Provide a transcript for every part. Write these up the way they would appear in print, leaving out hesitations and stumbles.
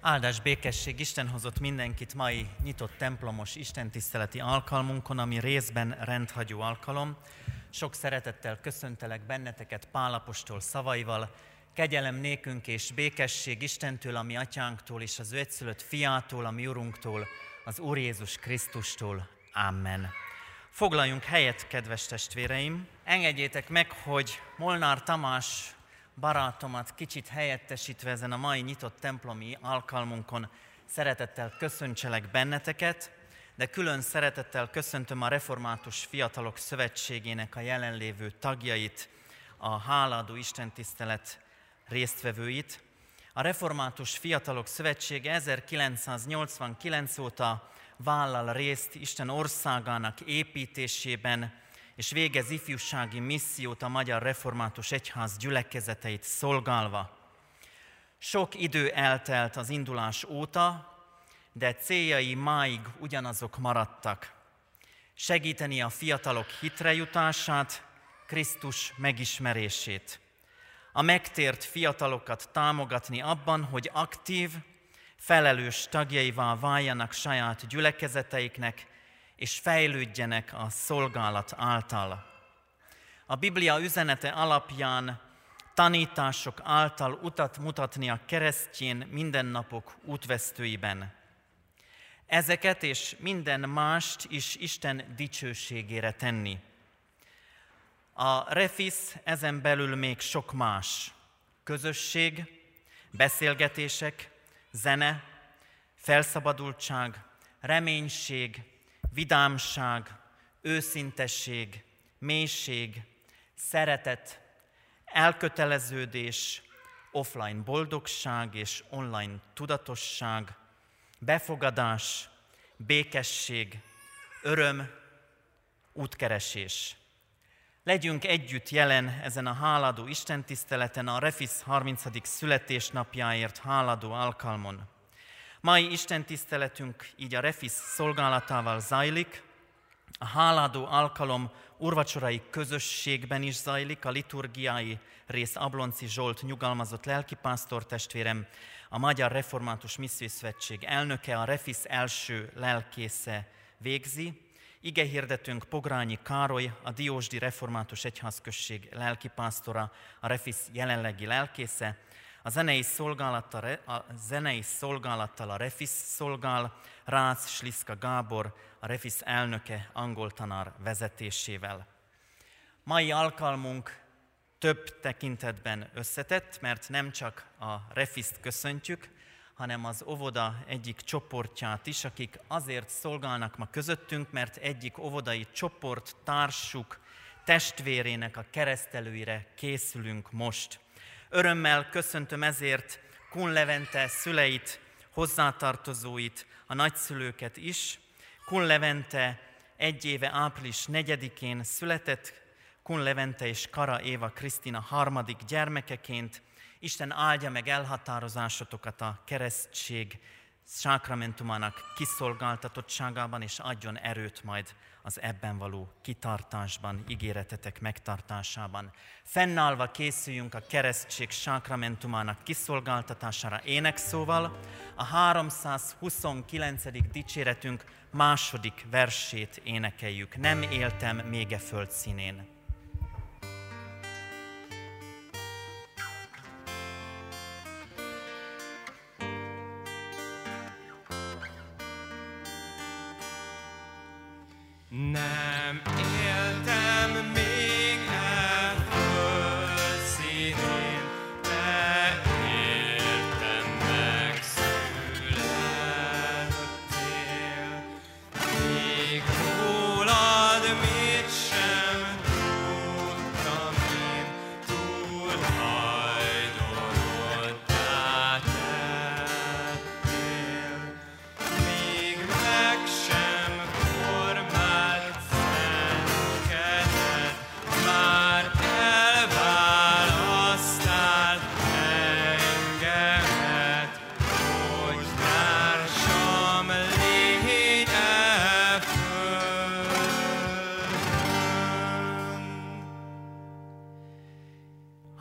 Áldás, békesség, Isten hozott mindenkit mai nyitott templomos istentiszteleti alkalmunkon, ami részben rendhagyó alkalom. Sok szeretettel köszöntelek benneteket Pál apostol szavaival. Kegyelem nékünk és békesség Istentől, a mi atyánktól, és az ő egyszülött fiától, a mi urunktól, az Úr Jézus Krisztustól. Amen. Foglaljunk helyet, kedves testvéreim! Engedjétek meg, hogy Molnár Tamás barátomat kicsit helyettesítve ezen a mai nyitott templomi alkalmunkon szeretettel köszöntselek benneteket, de külön szeretettel köszöntöm a Református Fiatalok Szövetségének a jelenlévő tagjait, a hálaadó istentisztelet résztvevőit. A Református Fiatalok Szövetsége 1989 óta vállal részt Isten országának építésében, és végez ifjúsági missziót a Magyar Református Egyház gyülekezeteit szolgálva. Sok idő eltelt az indulás óta, de céljai máig ugyanazok maradtak. Segíteni a fiatalok hitre jutását, Krisztus megismerését. A megtért fiatalokat támogatni abban, hogy aktív, felelős tagjaivá váljanak saját gyülekezeteiknek, és fejlődjenek a szolgálat által. A Biblia üzenete alapján tanítások által utat mutatni a keresztény mindennapok útvesztőiben. Ezeket és minden mást is Isten dicsőségére tenni. A Refisz ezen belül még sok más. Közösség, beszélgetések, zene, felszabadultság, reménység, vidámság, őszintesség, mélység, szeretet, elköteleződés, offline boldogság és online tudatosság, befogadás, békesség, öröm, útkeresés. Legyünk együtt jelen ezen a háladó istentiszteleten, a Refisz 30. születésnapjáért háladó alkalmon. Mai istentiszteletünk így a Refisz szolgálatával zajlik. A háladó alkalom úrvacsorai közösségben is zajlik, a liturgiai rész Ablonci Zsolt nyugalmazott lelkipásztor testvérem, a Magyar Református Missziós Szövetség elnöke, a Refisz első lelkésze végzi. Igehirdetőnk Pogrányi Károly, a Diósdi Református Egyházközség lelkipásztora, a Refisz jelenlegi lelkésze. A zenei szolgálattal a Refisz szolgál, Rácz Sliszka Gábor, a Refisz elnöke angol tanár vezetésével. Mai alkalmunk több tekintetben összetett, mert nem csak a Refiszt köszöntjük, hanem az óvoda egyik csoportját is, akik azért szolgálnak ma közöttünk, mert egyik óvodai csoport társuk, testvérének a keresztelőire készülünk most. Örömmel köszöntöm ezért Kun Levente szüleit, hozzátartozóit, a nagyszülőket is. Kun Levente 1 éve április 4-én született, Kun Levente és Kara Éva Krisztina harmadik gyermekeként. Isten áldja meg elhatározásotokat a keresztség sákramentumának kiszolgáltatottságában, és adjon erőt majd az ebben való kitartásban, ígéretetek megtartásában. Fennállva készüljünk a keresztség sákramentumának kiszolgáltatására énekszóval. A 329. dicséretünk második versét énekeljük. Nem éltem még e föld színén. Nem éltem még e föld színén, de értem megszülettél. Még rólad mit sem tudtam én, túl hajdonottá tettél. Még meg sem formált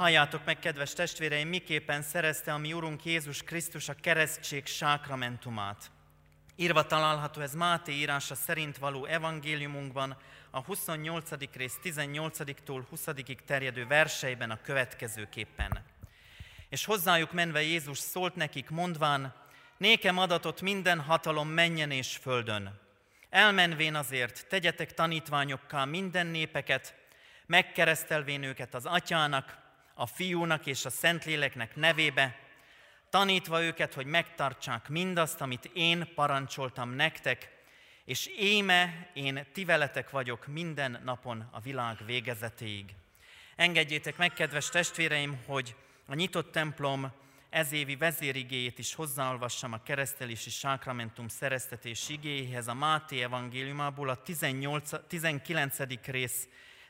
Halljátok meg, kedves testvéreim, miképpen szerezte a mi Urunk Jézus Krisztus a keresztség sákramentumát. Írva található ez Máté írása szerint való evangéliumunkban, a 28. rész 18-tól 20-ig terjedő verseiben a következőképpen. És hozzájuk menve Jézus szólt nekik, mondván, nékem adatott minden hatalom mennyen és földön. Elmenvén azért tegyetek tanítványokká minden népeket, megkeresztelvén őket az Atyának, a Fiúnak és a Szentléleknek nevébe, tanítva őket, hogy megtartsák mindazt, amit én parancsoltam nektek, és íme én ti veletek vagyok minden napon a világ végezetéig. Engedjétek meg, kedves testvéreim, hogy a nyitott templom ezévi vezérigéjét is hozzáolvassam a keresztelési sákramentum szereztetés igéjéhez, a Máté evangéliumából a 19. rész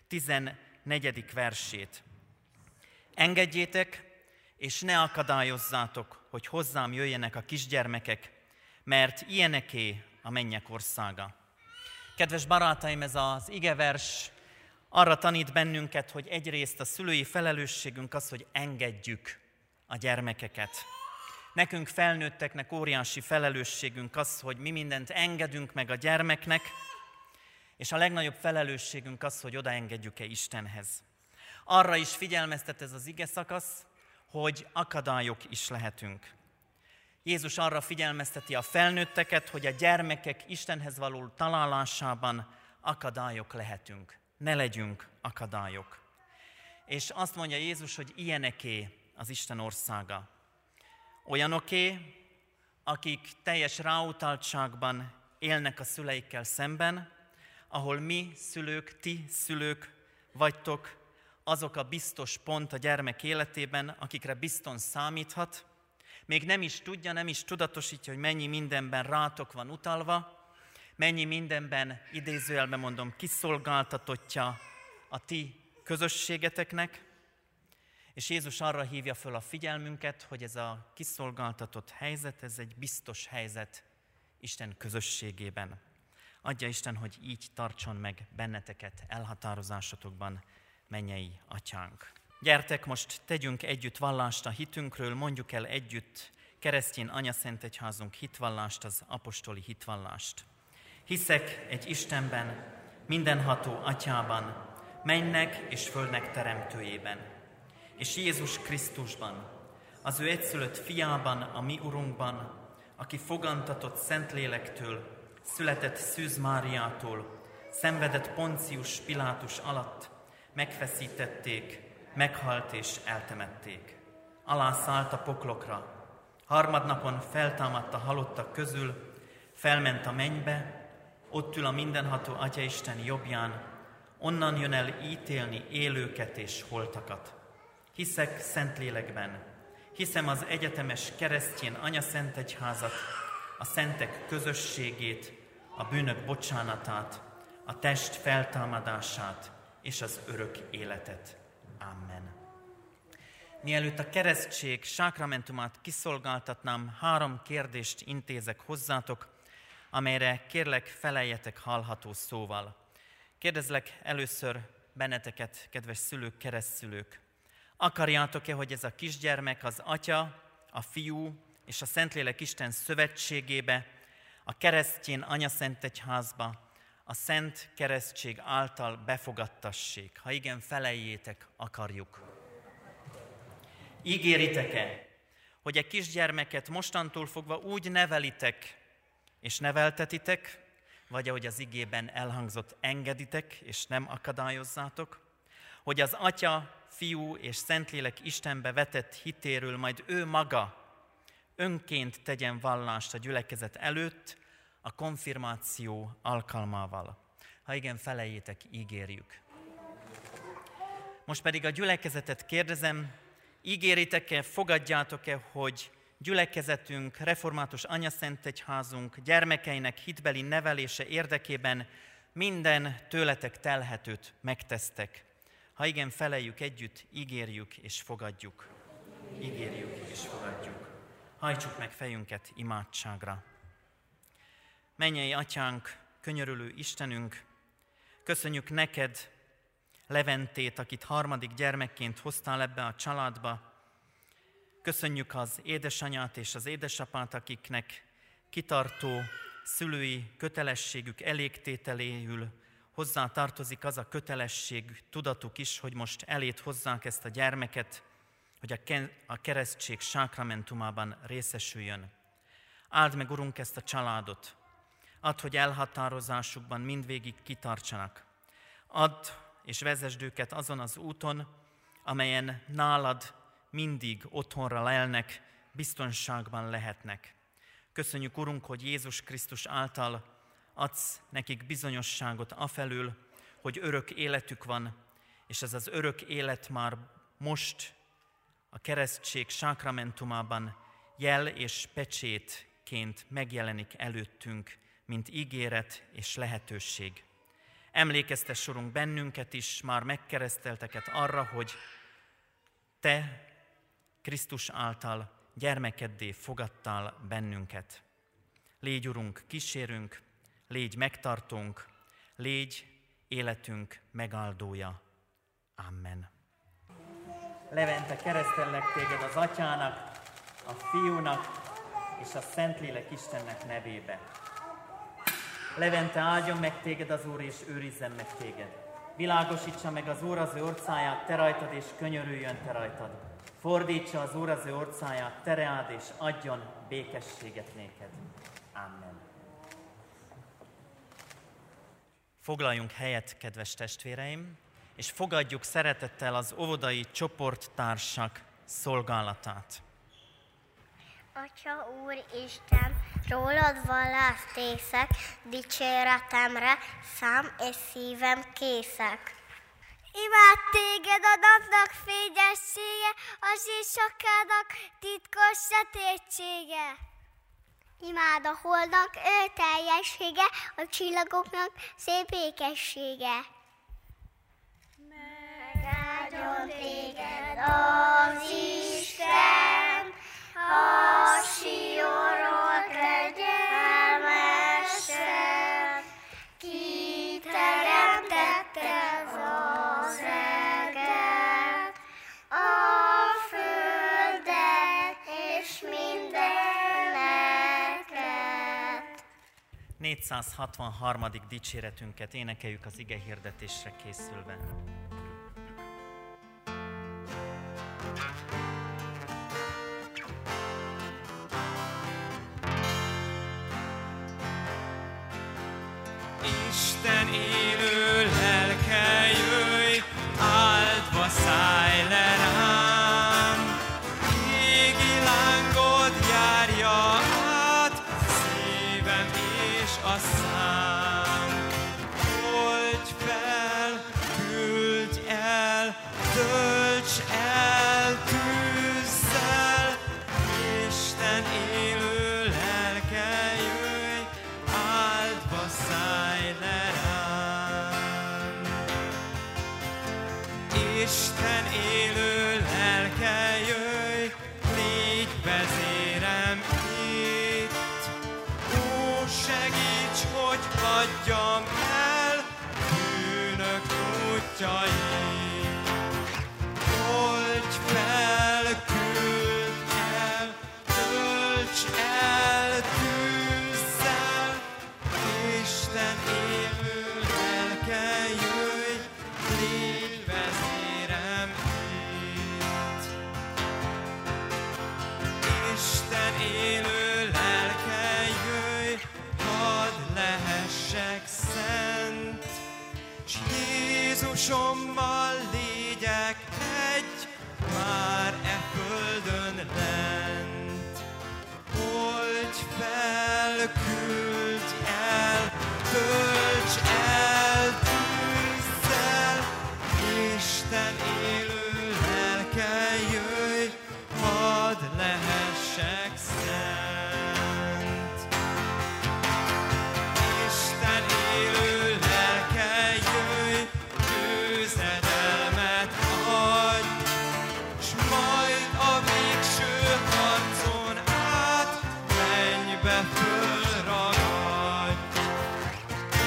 14. versét. Engedjétek, és ne akadályozzátok, hogy hozzám jöjjenek a kisgyermekek, mert ilyeneké a mennyek országa. Kedves barátaim, ez az igevers arra tanít bennünket, hogy egyrészt a szülői felelősségünk az, hogy engedjük a gyermekeket. Nekünk felnőtteknek óriási felelősségünk az, hogy mi mindent engedünk meg a gyermeknek, és a legnagyobb felelősségünk az, hogy odaengedjük-e Istenhez. Arra is figyelmeztet ez az ige szakasz, hogy akadályok is lehetünk. Jézus arra figyelmezteti a felnőtteket, hogy a gyermekek Istenhez való találásában akadályok lehetünk. Ne legyünk akadályok. És azt mondja Jézus, hogy ilyeneké az Isten országa. Olyanoké, akik teljes ráutaltságban élnek a szüleikkel szemben, ahol mi szülők, ti szülők vagytok, azok a biztos pont a gyermek életében, akikre bizton számíthat, még nem is tudja, nem is tudatosítja, hogy mennyi mindenben rátok van utalva, mennyi mindenben, idézőjelben mondom, kiszolgáltatottja a ti közösségeteknek, és Jézus arra hívja föl a figyelmünket, hogy ez a kiszolgáltatott helyzet, ez egy biztos helyzet Isten közösségében. Adja Isten, hogy így tartson meg benneteket elhatározásotokban, mennyei Atyánk. Gyertek, most tegyünk együtt vallást a hitünkről, mondjuk el együtt keresztény anyaszentegyházunk hitvallást, az apostoli hitvallást. Hiszek egy Istenben, mindenható Atyában, mennek és földnek teremtőjében, és Jézus Krisztusban, az ő egyszülött fiában, a mi Urunkban, aki fogantatott Szentlélektől, született Szűz Máriától, szenvedett Poncius Pilátus alatt, megfeszítették, meghalt és eltemették. Alászállt a poklokra, harmadnapon feltámadt a halottak közül, felment a mennybe, ott ül a mindenható Atyaisten jobbján, onnan jön el ítélni élőket és holtakat. Hiszek Szentlélekben, hiszem az egyetemes keresztény anyaszentegyházat, a szentek közösségét, a bűnök bocsánatát, a test feltámadását és az örök életet. Amen. Mielőtt a keresztség sákramentumát kiszolgáltatnám, 3 kérdést intézek hozzátok, amelyre kérlek feleljetek hallható szóval. Kérdezlek először benneteket, kedves szülők, keresztszülők. Akarjátok-e, hogy ez a kisgyermek az Atya, a Fiú és a Szentlélek Isten szövetségébe, a keresztény anyaszentegyházba, a Szent Keresztség által befogadtassék? Ha igen, feleljétek, akarjuk. Ígéritek-e, hogy a kisgyermeket mostantól fogva úgy nevelitek és neveltetitek, vagy ahogy az igében elhangzott, engeditek és nem akadályozzátok, hogy az Atya, Fiú és Szentlélek Istenbe vetett hitéről majd ő maga önként tegyen vallást a gyülekezet előtt, a konfirmáció alkalmával. Ha igen, feleljétek, ígérjük. Most pedig a gyülekezetet kérdezem, ígéritek-e, fogadjátok-e, hogy gyülekezetünk, református anyaszentegyházunk gyermekeinek hitbeli nevelése érdekében minden tőletek telhetőt megtesztek? Ha igen, feleljük együtt, ígérjük és fogadjuk. Ígérjük és fogadjuk. Hajtsuk meg fejünket imádságra. Mennyei Atyánk, könyörülő Istenünk, köszönjük neked, Leventét, akit harmadik gyermekként hoztál ebbe a családba. Köszönjük az édesanyát és az édesapát, akiknek kitartó szülői kötelességük elégtételéül hozzá tartozik az a kötelesség, tudatuk is, hogy most eléd hozzák ezt a gyermeket, hogy a keresztség sákramentumában részesüljön. Áld meg, Urunk, ezt a családot. Add, hogy elhatározásukban mindvégig kitartsanak. Add és vezesd őket azon az úton, amelyen nálad mindig otthonra lelnek, biztonságban lehetnek. Köszönjük, Urunk, hogy Jézus Krisztus által adsz nekik bizonyosságot afelől, hogy örök életük van, és ez az örök élet már most a keresztség sákramentumában jel és pecsétként megjelenik előttünk, mint ígéret és lehetőség. Emlékeztess, Urunk, bennünket is, már megkeresztelteket arra, hogy Te Krisztus által gyermekeddé fogadtál bennünket. Légy, Urunk, kísérünk, légy megtartónk, légy életünk megáldója. Amen. Levente, keresztellek téged az Atyának, a Fiúnak és a Szentlélek Istennek nevébe. Levente, áldjon meg téged az Úr, és őrizzen meg téged. Világosítsa meg az Úr az ő orcáját te rajtad, és könyörüljön te rajtad. Fordítsa az Úr az ő orcáját te reád, és adjon békességet néked. Amen. Foglaljunk helyet, kedves testvéreim, és fogadjuk szeretettel az óvodai csoporttársak szolgálatát. Atya Úristen, rólad vallást tészek, dicséretemre szám és szívem készek. Imád téged a napnak fényessége, az éjszakának titkos sötétsége. Imád a holdnak ő teljessége, a csillagoknak szép ékessége. Megáldjon téged az Isten, a Sionról kegyelmesen, ki teremtette az eget, a földet és mindeneket. 463. dicséretünket énekeljük az ige hirdetésre készülve. Isten élő lelke, jöjj, áldva szállj le rám. Égi lángod járja át szívem és a szám. Oldj fel, küldj el, tölts el tűzzel. Isten élő lelke, jöjj, áldva szállj le rám. Isten élő lelke, jöjj, légy vezérem itt. Ó, segíts, hogy hagyjam el bűnök útjait. Oldj fel, küldj el, tölts el tűzzel. Isten élő lelke, jöjj, légy vezérem itt. Isten élő lelke, jöjj, hadd lehessek szent, s Jézusommal légyek egy, már e földön lent. Oldj fel, küldj el, tölts el tűzzel. Isten élő lelke, jöjj, hadd lehessek szent. Isten élő lelke, jöjj, győzedelmet adj, s majd a végső harcon át mennybe fölragadj.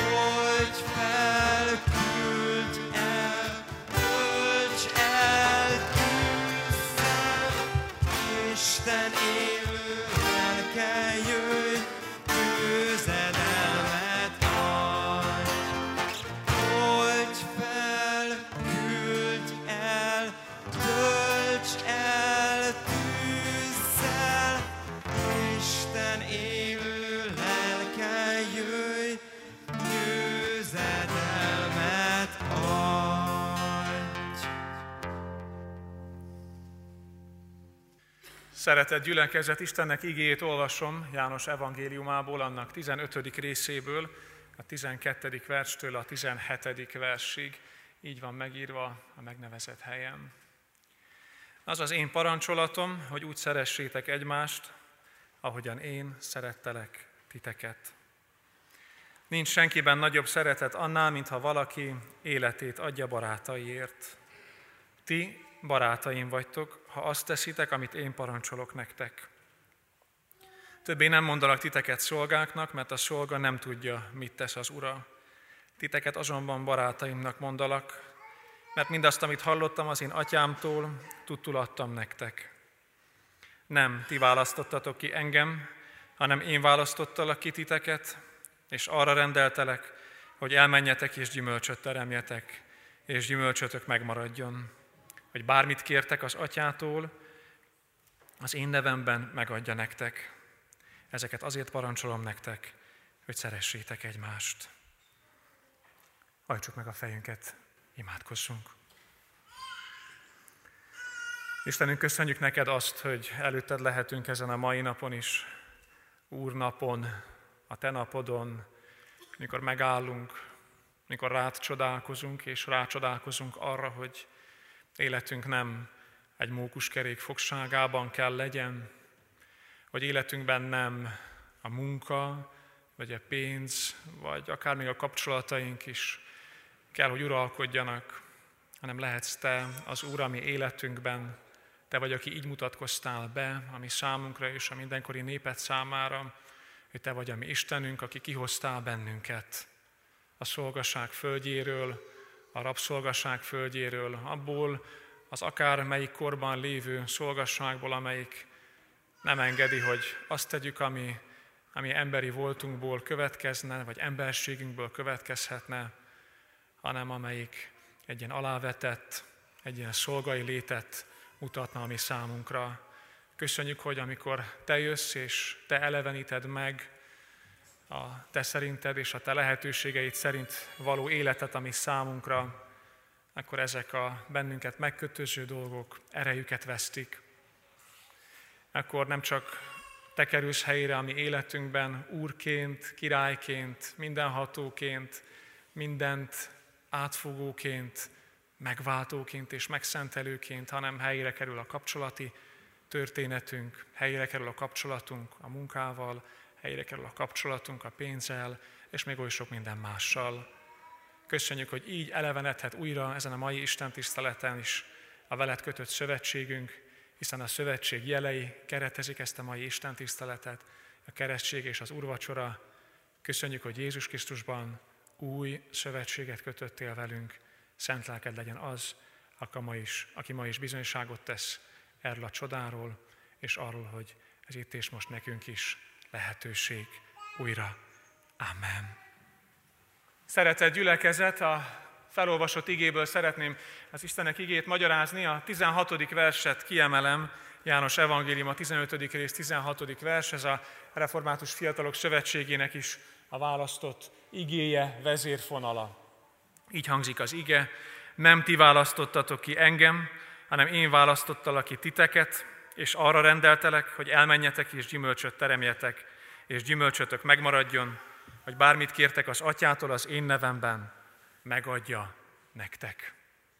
Szeretett gyülekezet, Istennek igéjét olvasom János evangéliumából, annak 15. részéből, a 12. verstől a 17. versig. Így van megírva a megnevezett helyen. Az az én parancsolatom, hogy úgy szeressétek egymást, ahogyan én szerettelek titeket. Nincs senkiben nagyobb szeretet annál, mintha valaki életét adja barátaiért. Ti barátaim vagytok, ha azt teszitek, amit én parancsolok nektek. Többé nem mondalak titeket szolgáknak, mert a szolga nem tudja, mit tesz az ura. Titeket azonban barátaimnak mondalak, mert mindazt, amit hallottam az én atyámtól, tudtul adtam nektek. Nem ti választottatok ki engem, hanem én választottalak ki titeket, és arra rendeltelek, hogy elmenjetek és gyümölcsöt teremjetek, és gyümölcsötök megmaradjon. Hogy bármit kértek az atyától, az én nevemben megadja nektek. Ezeket azért parancsolom nektek, hogy szeressétek egymást. Hajtsuk meg a fejünket, imádkozzunk. Istenünk, köszönjük neked azt, hogy előtted lehetünk ezen a mai napon is, Úrnapon, a te napodon, mikor megállunk, mikor rád csodálkozunk, és rácsodálkozunk arra, hogy életünk nem egy mókuskerék fogságában kell legyen, hogy életünkben nem a munka, vagy a pénz, vagy akár még a kapcsolataink is kell, hogy uralkodjanak, hanem lehetsz te az Úr a mi életünkben, te vagy, aki így mutatkoztál be a mi számunkra és a mindenkori néped számára, hogy te vagy a mi Istenünk, aki kihoztál bennünket a szolgaság földjéről, a rabszolgaság földjéről, abból az akár melyik korban lévő szolgasságból, amelyik nem engedi, hogy azt tegyük, ami emberi voltunkból következne, vagy emberségünkből következhetne, hanem amelyik egy ilyen alávetett, egy ilyen szolgai létet mutatna a mi számunkra. Köszönjük, hogy amikor te jössz és te eleveníted meg a te szerinted és a te lehetőségeid szerint való életet a mi számunkra, akkor ezek a bennünket megkötöző dolgok erejüket vesztik. Akkor nem csak te kerülsz helyére a mi életünkben, Úrként, Királyként, mindenhatóként, mindent átfogóként, megváltóként és megszentelőként, hanem helyére kerül a kapcsolati történetünk, helyére kerül a kapcsolatunk a munkával, helyére kerül a kapcsolatunk a pénzzel, és még oly sok minden mással. Köszönjük, hogy így elevenedhet újra ezen a mai istentiszteleten is a veled kötött szövetségünk, hiszen a szövetség jelei keretezik ezt a mai istentiszteletet, a keresztség és az úrvacsora. Köszönjük, hogy Jézus Krisztusban új szövetséget kötöttél velünk. Szent lelked legyen az, aki ma is bizonyságot tesz erről a csodáról, és arról, hogy ez itt és most nekünk is lehetőség újra. Amen. Szeretett gyülekezet, a felolvasott igéből szeretném az Istennek igét magyarázni. A 16. verset kiemelem, János evangélium, a 15. rész 16. vers, ez a Református Fiatalok Szövetségének is a választott igéje, vezérfonala. Így hangzik az ige: nem ti választottatok ki engem, hanem én választottalak ki titeket, és arra rendeltelek, hogy elmenjetek és gyümölcsöt teremjetek, és gyümölcsötök megmaradjon, hogy bármit kértek az atyától az én nevemben, megadja nektek.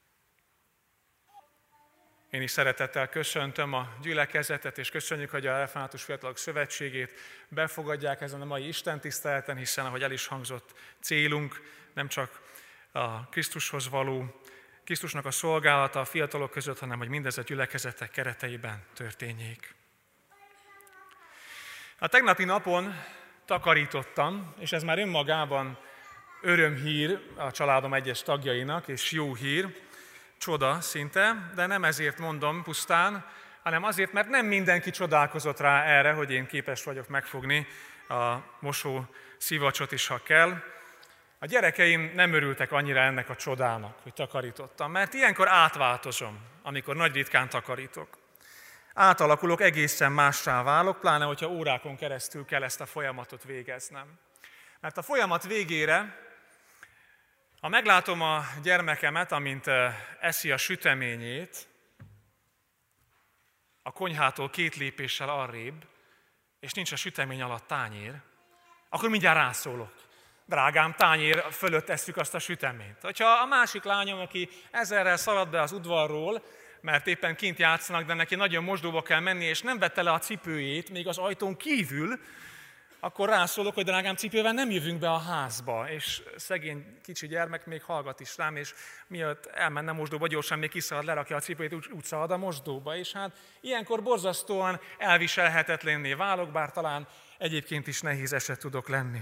Én is szeretettel köszöntöm a gyülekezetet, és köszönjük, hogy a Református Fiatalok Szövetségét befogadják ezen a mai istentiszteleten, hiszen, ahogy el is hangzott, célunk nem csak a Krisztushoz való, Krisztusnak a szolgálata a fiatalok között, hanem hogy mindez a gyülekezetek kereteiben történjék. A tegnapi napon takarítottam, és ez már önmagában örömhír a családom egyes tagjainak, és jó hír, csoda szinte, de nem ezért mondom pusztán, hanem azért, mert nem mindenki csodálkozott rá erre, hogy én képes vagyok megfogni a mosó szivacsot is, ha kell. A gyerekeim nem örültek annyira ennek a csodának, hogy takarítottam, mert ilyenkor átváltozom, amikor nagy ritkán takarítok. Átalakulok, egészen mássá válok, pláne, hogyha órákon keresztül kell ezt a folyamatot végeznem. Mert a folyamat végére, ha meglátom a gyermekemet, amint eszi a süteményét, a konyhától 2 lépéssel arrébb, és nincs a sütemény alatt tányér, akkor mindjárt rászólok. Drágám, tányér fölött tesszük azt a süteményt. Hogyha a másik lányom, aki ezerrel szalad be az udvarról, mert éppen kint játszanak, de neki nagyon mosdóba kell menni, és nem vette le a cipőjét, még az ajtón kívül, akkor rászólok, hogy drágám, cipővel nem jövünk be a házba, és szegény kicsi gyermek még hallgat is rám, és miatt elmenne mosdóba, gyorsan még kiszalad, lerakja a cipőjét, úgy szalad a mosdóba, és hát ilyenkor borzasztóan elviselhetetlenné válok, bár talán egyébként is nehéz eset tudok lenni.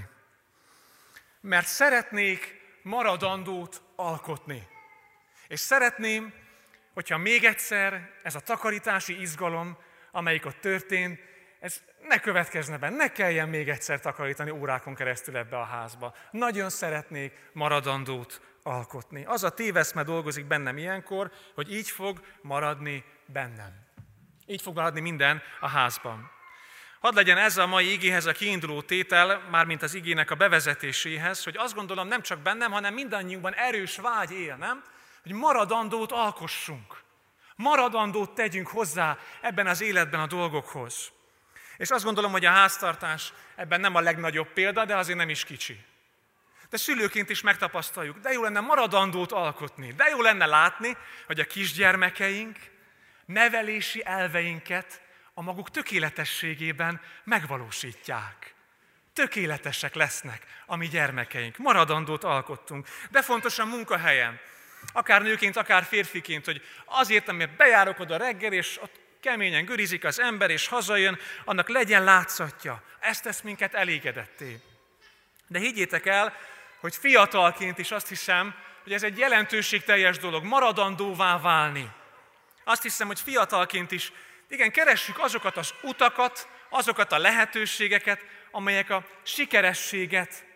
Mert szeretnék maradandót alkotni. És szeretném, hogyha még egyszer ez a takarítási izgalom, amelyik ott történt, ez ne következne be, ne kelljen még egyszer takarítani órákon keresztül ebbe a házba. Nagyon szeretnék maradandót alkotni. Az a téveszme dolgozik bennem ilyenkor, hogy így fog maradni bennem. Így fog maradni minden a házban. Hadd legyen ez a mai igéhez a kiinduló tétel, mármint az igének a bevezetéséhez, hogy azt gondolom nem csak bennem, hanem mindannyiunkban erős vágy él, nem? Hogy maradandót alkossunk. Maradandót tegyünk hozzá ebben az életben a dolgokhoz. És azt gondolom, hogy a háztartás ebben nem a legnagyobb példa, de azért nem is kicsi. De szülőként is megtapasztaljuk, de jó lenne maradandót alkotni, de jó lenne látni, hogy a kisgyermekeink nevelési elveinket a maguk tökéletességében megvalósítják. Tökéletesek lesznek a mi gyermekeink. Maradandót alkottunk. De fontos a munkahelyen, akár nőként, akár férfiként, hogy azért, amiért bejárok oda reggel, és ott keményen görizik az ember, és hazajön, annak legyen látszatja. Ez tesz minket elégedetté. De higgyétek el, hogy fiatalként is azt hiszem, hogy ez egy jelentőségteljes dolog, maradandóvá válni. Azt hiszem, hogy fiatalként is, igen, keressük azokat az utakat, azokat a lehetőségeket, amelyek a sikerességet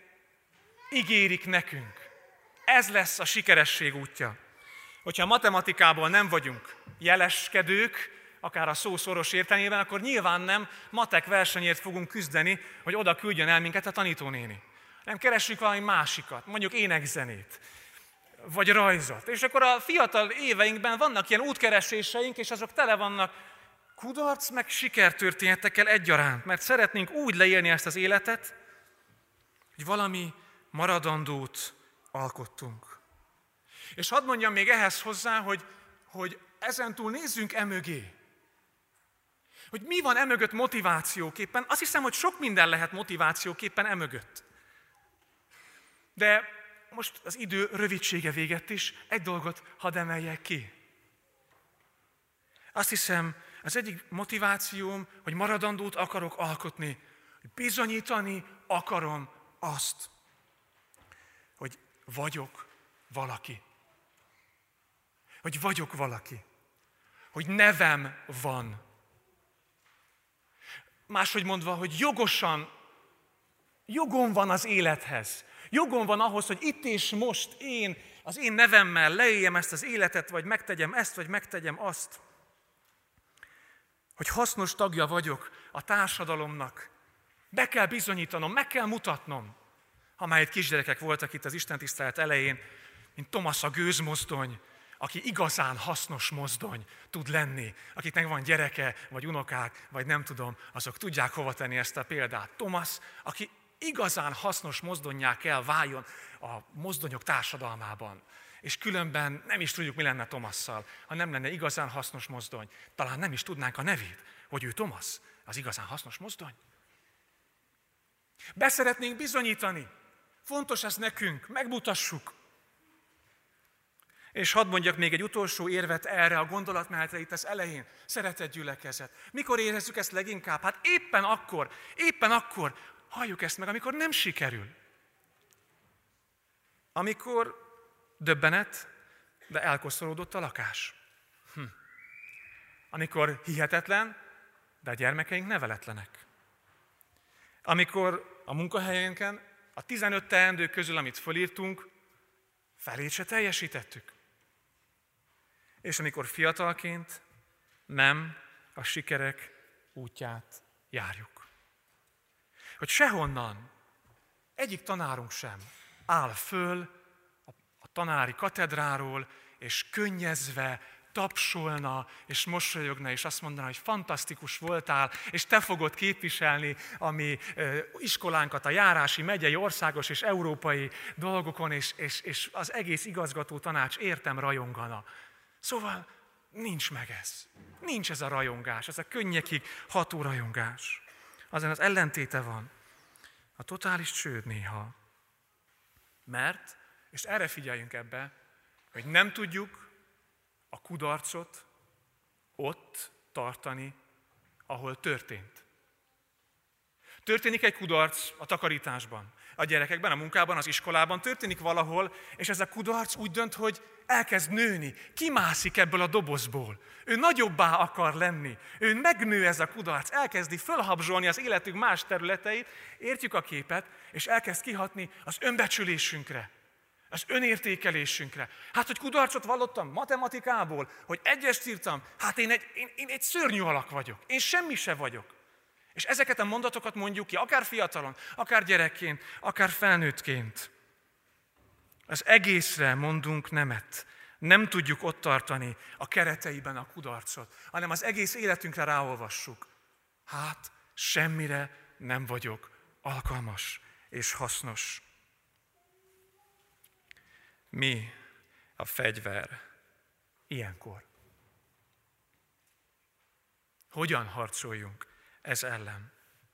ígérik nekünk. Ez lesz a sikeresség útja. Hogyha a matematikából nem vagyunk jeleskedők, akár a szó szoros értelmében, akkor nyilván nem matek versenyért fogunk küzdeni, hogy oda küldjön el minket a tanítónéni. Nem keressük valami másikat, mondjuk énekzenét, vagy rajzot. És akkor a fiatal éveinkben vannak ilyen útkereséseink, és azok tele vannak kudarc meg sikertörténetekkel egyaránt, mert szeretnénk úgy leélni ezt az életet, hogy valami maradandót alkottunk. És hadd mondjam még ehhez hozzá, hogy ezentúl nézzünk emögé. Hogy mi van emögött motivációképpen? Azt hiszem, hogy sok minden lehet motivációképpen emögött. De most az idő rövidsége véget is, egy dolgot hadd emeljek ki. Azt hiszem, az egyik motivációm, hogy maradandót akarok alkotni, hogy bizonyítani akarom azt, hogy vagyok valaki. Hogy vagyok valaki. Hogy nevem van. Máshogy mondva, hogy jogom van az élethez. Jogom van ahhoz, hogy itt és most én az én nevemmel leéljem ezt az életet, vagy megtegyem ezt, vagy megtegyem azt. Hogy hasznos tagja vagyok a társadalomnak. Be kell bizonyítanom, meg kell mutatnom. Amelyet kisgyerekek voltak itt az istentisztelet elején, mint Tomasz a gőzmozdony, aki igazán hasznos mozdony tud lenni. Akiknek van gyereke, vagy unokák, vagy nem tudom, azok tudják hova tenni ezt a példát. Tomasz, aki igazán hasznos mozdonnyá kell váljon a mozdonyok társadalmában. És különben nem is tudjuk, mi lenne Tomasszal, ha nem lenne igazán hasznos mozdony. Talán nem is tudnánk a nevét, hogy ő Tomasz, az igazán hasznos mozdony. Beszeretnénk bizonyítani. Fontos ez nekünk, megmutassuk. És hadd mondjak még egy utolsó érvet erre a gondolatmenetre itt az elején. Szeretett gyülekezet. Mikor érezzük ezt leginkább? Hát éppen akkor halljuk ezt meg, amikor nem sikerül. Amikor döbbenet, de elkoszolódott a lakás. Amikor hihetetlen, de a gyermekeink neveletlenek. Amikor a munkahelyenken a 15 teendő közül, amit fölírtunk, felét se teljesítettük. És amikor fiatalként nem a sikerek útját járjuk. Hogy sehonnan egyik tanárunk sem áll föl a tanári katedráról, és könnyezve, tapsolna, és mosolyogna, és azt mondaná, hogy fantasztikus voltál, és te fogod képviselni a mi iskolánkat a járási, megyei, országos és európai dolgokon, és az egész igazgató tanács értem rajongana. Szóval nincs meg ez. Nincs ez a rajongás, ez a könnyekig ható rajongás. Azon az ellentéte van. A totális csőd néha. Mert, és erre figyeljünk ebbe, hogy nem tudjuk a kudarcot ott tartani, ahol történt. Történik egy kudarc a takarításban, a gyerekekben, a munkában, az iskolában, történik valahol, és ez a kudarc úgy dönt, hogy elkezd nőni, kimászik ebből a dobozból. Ő nagyobbá akar lenni, ő megnő ez a kudarc, elkezdi fölhabzsolni az életünk más területeit, értjük a képet, és elkezd kihatni az önbecsülésünkre, az önértékelésünkre. Hát, hogy kudarcot vallottam matematikából, hogy egyest írtam, hát én egy szörnyű alak vagyok, én semmi se vagyok. És ezeket a mondatokat mondjuk ki, akár fiatalon, akár gyerekként, akár felnőttként. Az egészre mondunk nemet. Nem tudjuk ott tartani a kereteiben a kudarcot, hanem az egész életünkre ráolvassuk. Hát, semmire nem vagyok alkalmas és hasznos. Mi a fegyver ilyenkor? Hogyan harcoljunk ez ellen?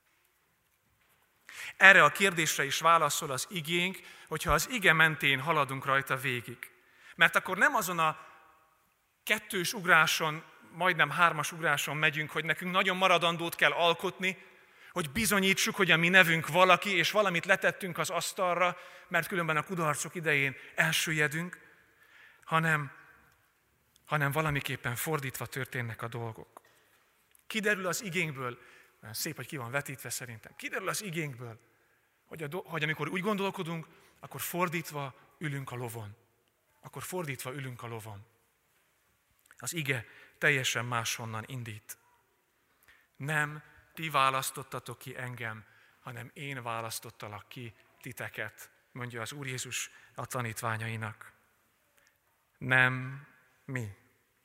Erre a kérdésre is válaszol az igénk, hogyha az ige mentén haladunk rajta végig. Mert akkor nem azon a 2-s ugráson, majdnem 3-as ugráson megyünk, hogy nekünk nagyon maradandót kell alkotni, hogy bizonyítsuk, hogy a mi nevünk valaki, és valamit letettünk az asztalra, mert különben a kudarcok idején elsüllyedünk, hanem valamiképpen fordítva történnek a dolgok. Kiderül az igénkből, olyan szép, hogy ki van vetítve szerintem, kiderül az igénkből, hogy amikor úgy gondolkodunk, akkor fordítva ülünk a lovon. Akkor fordítva ülünk a lovon. Az ige teljesen máshonnan indít. Nem ti választottatok ki engem, hanem én választottalak ki titeket, mondja az Úr Jézus a tanítványainak. Nem mi.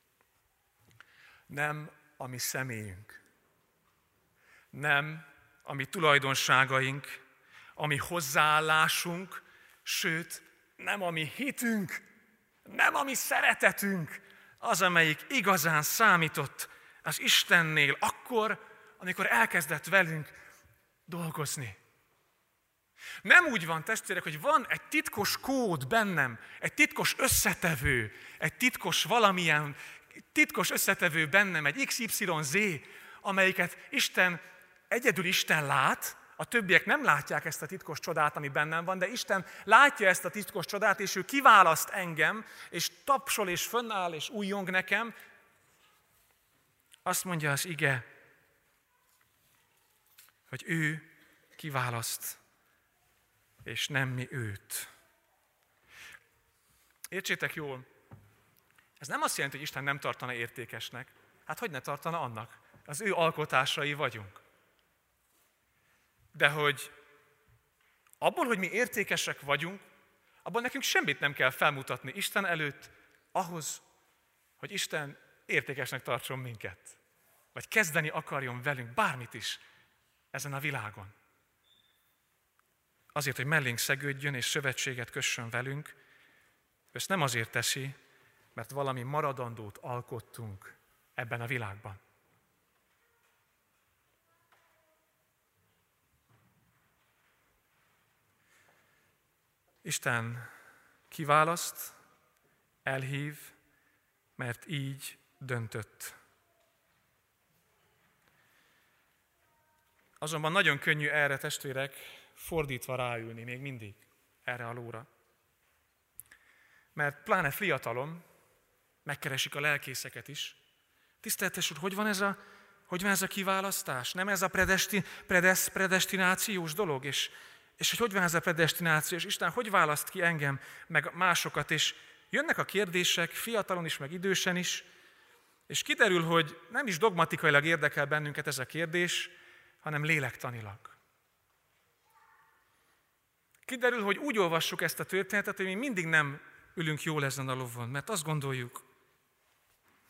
Nem a mi személyünk. Nem a mi tulajdonságaink, a mi hozzáállásunk, sőt, nem a mi hitünk, nem a mi szeretetünk, az, amelyik igazán számított az Istennél akkor, amikor elkezdett velünk dolgozni. Nem úgy van, testvérek, hogy van egy titkos kód bennem, egy titkos összetevő, egy titkos valamilyen, titkos összetevő bennem, egy XYZ, amelyiket egyedül Isten lát, a többiek nem látják ezt a titkos csodát, ami bennem van, de Isten látja ezt a titkos csodát, és ő kiválaszt engem, és tapsol, és fönnáll, és újjong nekem. Azt mondja az ige, hogy ő kiválaszt, és nem mi őt. Értsétek jól, ez nem azt jelenti, hogy Isten nem tartana értékesnek. Hát hogy ne tartana annak? Az ő alkotásai vagyunk. De hogy abból, hogy mi értékesek vagyunk, abban nekünk semmit nem kell felmutatni Isten előtt ahhoz, hogy Isten értékesnek tartson minket. Vagy kezdeni akarjon velünk bármit is ezen a világon. Azért, hogy mellénk szegődjön és szövetséget kössön velünk, ezt nem azért teszi, mert valami maradandót alkottunk ebben a világban. Isten kiválaszt, elhív, mert így döntött. Azonban nagyon könnyű erre, testvérek, fordítva ráülni még mindig erre a lóra. Mert pláne fiatalon megkeresik a lelkészeket is. Tiszteltes Úr, hogy van ez a kiválasztás? Nem ez a predestinációs dolog? És hogy van ez a predestináció? És Isten hogy választ ki engem, meg másokat? És jönnek a kérdések, fiatalon is, meg idősen is, és kiderül, hogy nem is dogmatikailag érdekel bennünket ez a kérdés, hanem lélektanilag. Kiderül, hogy úgy olvassuk ezt a történetet, hogy mi mindig nem ülünk jól ezen a lovon, mert azt gondoljuk,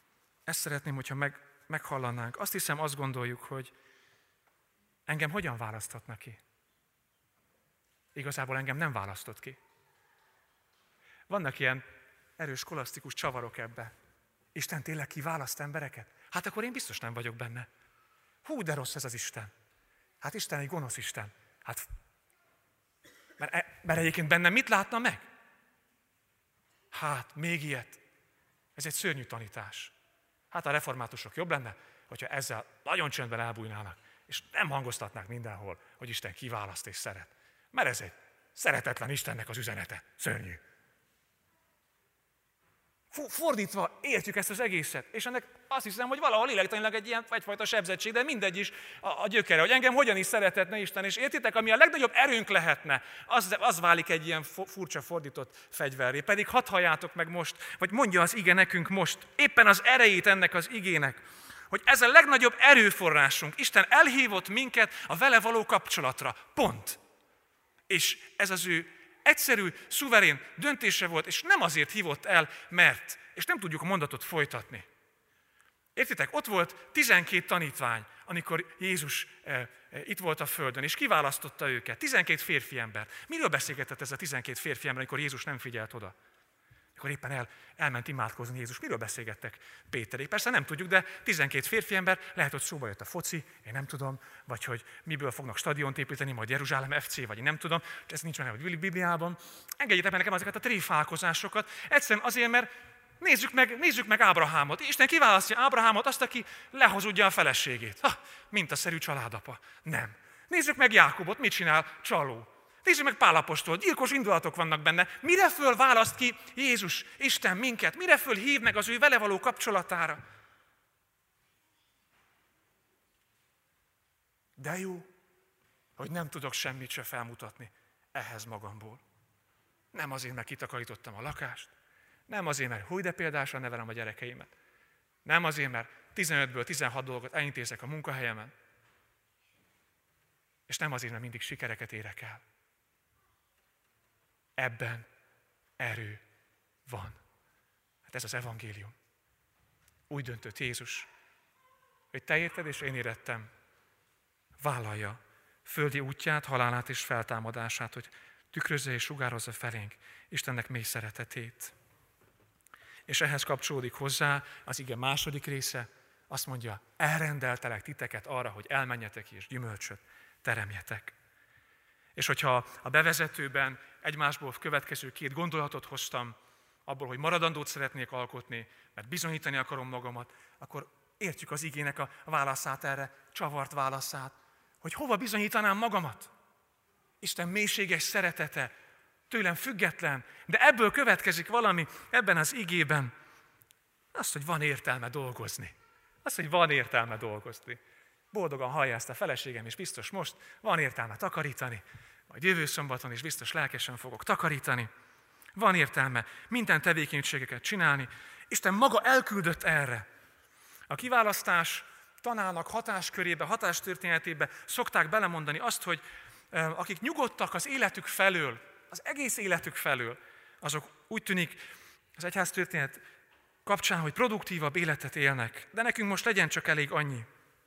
Ezt szeretném, hogyha meghallanánk. Azt hiszem, azt gondoljuk, hogy engem hogyan választhatnak ki? Igazából engem nem választott ki. Vannak ilyen erős kolasztikus csavarok ebbe. Isten tényleg kiválaszt embereket? Hát akkor én biztos nem vagyok benne. Hú, de rossz ez az Isten. Hát Isten egy gonosz Isten. Hát, mert egyébként bennem mit látna meg? Hát, még ilyet. Ez egy szörnyű tanítás. Hát a reformátusok jobb lenne, hogyha ezzel nagyon csöndben elbújnának, és nem hangoztatnák mindenhol, hogy Isten kiválaszt és szeret. Mert ez egy szeretetlen Istennek az üzenete. Szörnyű. Fordítva értjük ezt az egészet, és ennek azt hiszem, hogy valahol lélektanilag egyfajta sebzettség, de mindegy is a gyökere, hogy engem hogyan is szerethetne Isten, és értitek, ami a legnagyobb erőnk lehetne, az válik egy ilyen furcsa fordított fegyverré. Pedig hadd halljátok meg most, vagy mondja az ige nekünk most, éppen az erejét ennek az igének, hogy ez a legnagyobb erőforrásunk. Isten elhívott minket a vele való kapcsolatra. Pont. És ez az ő egyszerű, szuverén döntése volt, és nem azért hívott el, mert, és nem tudjuk a mondatot folytatni. Értitek, ott volt 12 tanítvány, amikor Jézus itt volt a földön, és kiválasztotta őket, 12 férfi ember. Miről beszélgetett ez a 12 férfi ember, amikor Jézus nem figyelt oda? Akkor éppen elment imádkozni Jézus. Miről beszélgettek Péterék? Persze nem tudjuk, de 12 férfi ember, lehet, hogy szóba jött a foci, én nem tudom, vagy hogy miből fognak stadiont építeni, majd Jeruzsálem FC, vagy én nem tudom, ez nincs meg a Bibliában. Engedjétek meg nekem ezeket a tréfálkozásokat. Egyszerűen azért, mert nézzük meg Ábrahámot. Isten kiválasztja Ábrahámot, azt, aki lehozudja a feleségét. Mintaszerű családapa. Nem. Nézzük meg Jákobot, mit csinál? Csaló. Nézzük meg Pál apostol, gyilkos indulatok vannak benne. Mire föl választ ki Jézus, Isten minket? Mire föl hív meg az ő vele való kapcsolatára? De jó, hogy nem tudok semmit se felmutatni ehhez magamból. Nem azért, mert kitakarítottam a lakást, nem azért, mert húj de példásra nevelem a gyerekeimet, nem azért, mert 15-ből 16 dolgot elintézek a munkahelyemen, és nem azért, mert mindig sikereket érek el. Ebben erő van. Hát ez az evangélium. Úgy döntött Jézus, hogy te érted és én érettem. Vállalja földi útját, halálát és feltámadását, hogy tükrözze és sugározza felénk Istennek mély szeretetét. És ehhez kapcsolódik hozzá az ige második része, azt mondja, elrendeltelek titeket arra, hogy elmenjetek és gyümölcsöt teremjetek. És hogyha a bevezetőben egymásból következő 2 gondolatot hoztam, abból, hogy maradandót szeretnék alkotni, mert bizonyítani akarom magamat, akkor értjük az igének a válaszát erre, csavart válaszát, hogy hova bizonyítanám magamat. Isten mélységes szeretete, tőlem független, de ebből következik valami ebben az igében, azt, hogy van értelme dolgozni. Azt, hogy van értelme dolgozni. Boldogan hallja ezt a feleségem, és biztos most van értelme takarítani, majd jövő szombaton is biztos lelkesen fogok takarítani. Van értelme minden tevékenységeket csinálni. Isten maga elküldött erre. A kiválasztás tanának hatáskörébe, hatástörténetébe szokták belemondani azt, hogy akik nyugodtak az életük felől, az egész életük felől, azok úgy tűnik az egyháztörténet kapcsán, hogy produktívabb életet élnek. De nekünk most legyen csak elég annyi,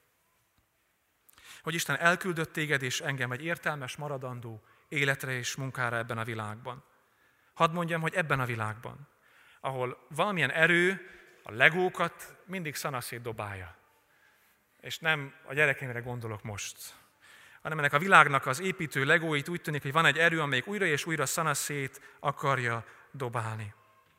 hogy Isten elküldött téged és engem egy értelmes, maradandó életre és munkára ebben a világban. Hadd mondjam, hogy ebben a világban, ahol valamilyen erő a legókat mindig szanaszét dobálja. És nem a gyerekeimre gondolok most, hanem ennek a világnak az építő legóit úgy tűnik, hogy van egy erő, amelyik újra és újra szanaszét akarja dobálni.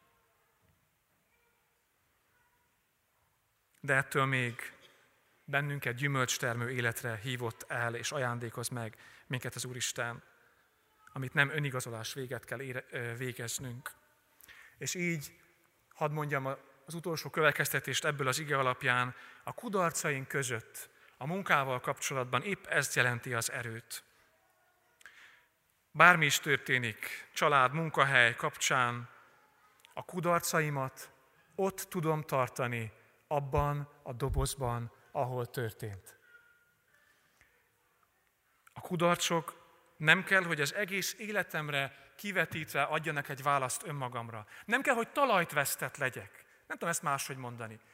De ettől még bennünket gyümölcstermő életre hívott el, és ajándékoz meg minket az Úristen, amit nem önigazolás véget kell végeznünk. És így, hadd mondjam az utolsó következtetést ebből az ige alapján, a kudarcaink között, a munkával kapcsolatban épp ezt jelenti az erőt. Bármi is történik, család, munkahely kapcsán, a kudarcaimat ott tudom tartani, abban a dobozban, ahol történt. A kudarcok nem kell, hogy az egész életemre kivetítve adjanak egy választ önmagamra. Nem kell, hogy talajt vesztett legyek. Nem tudom ezt máshogy mondani.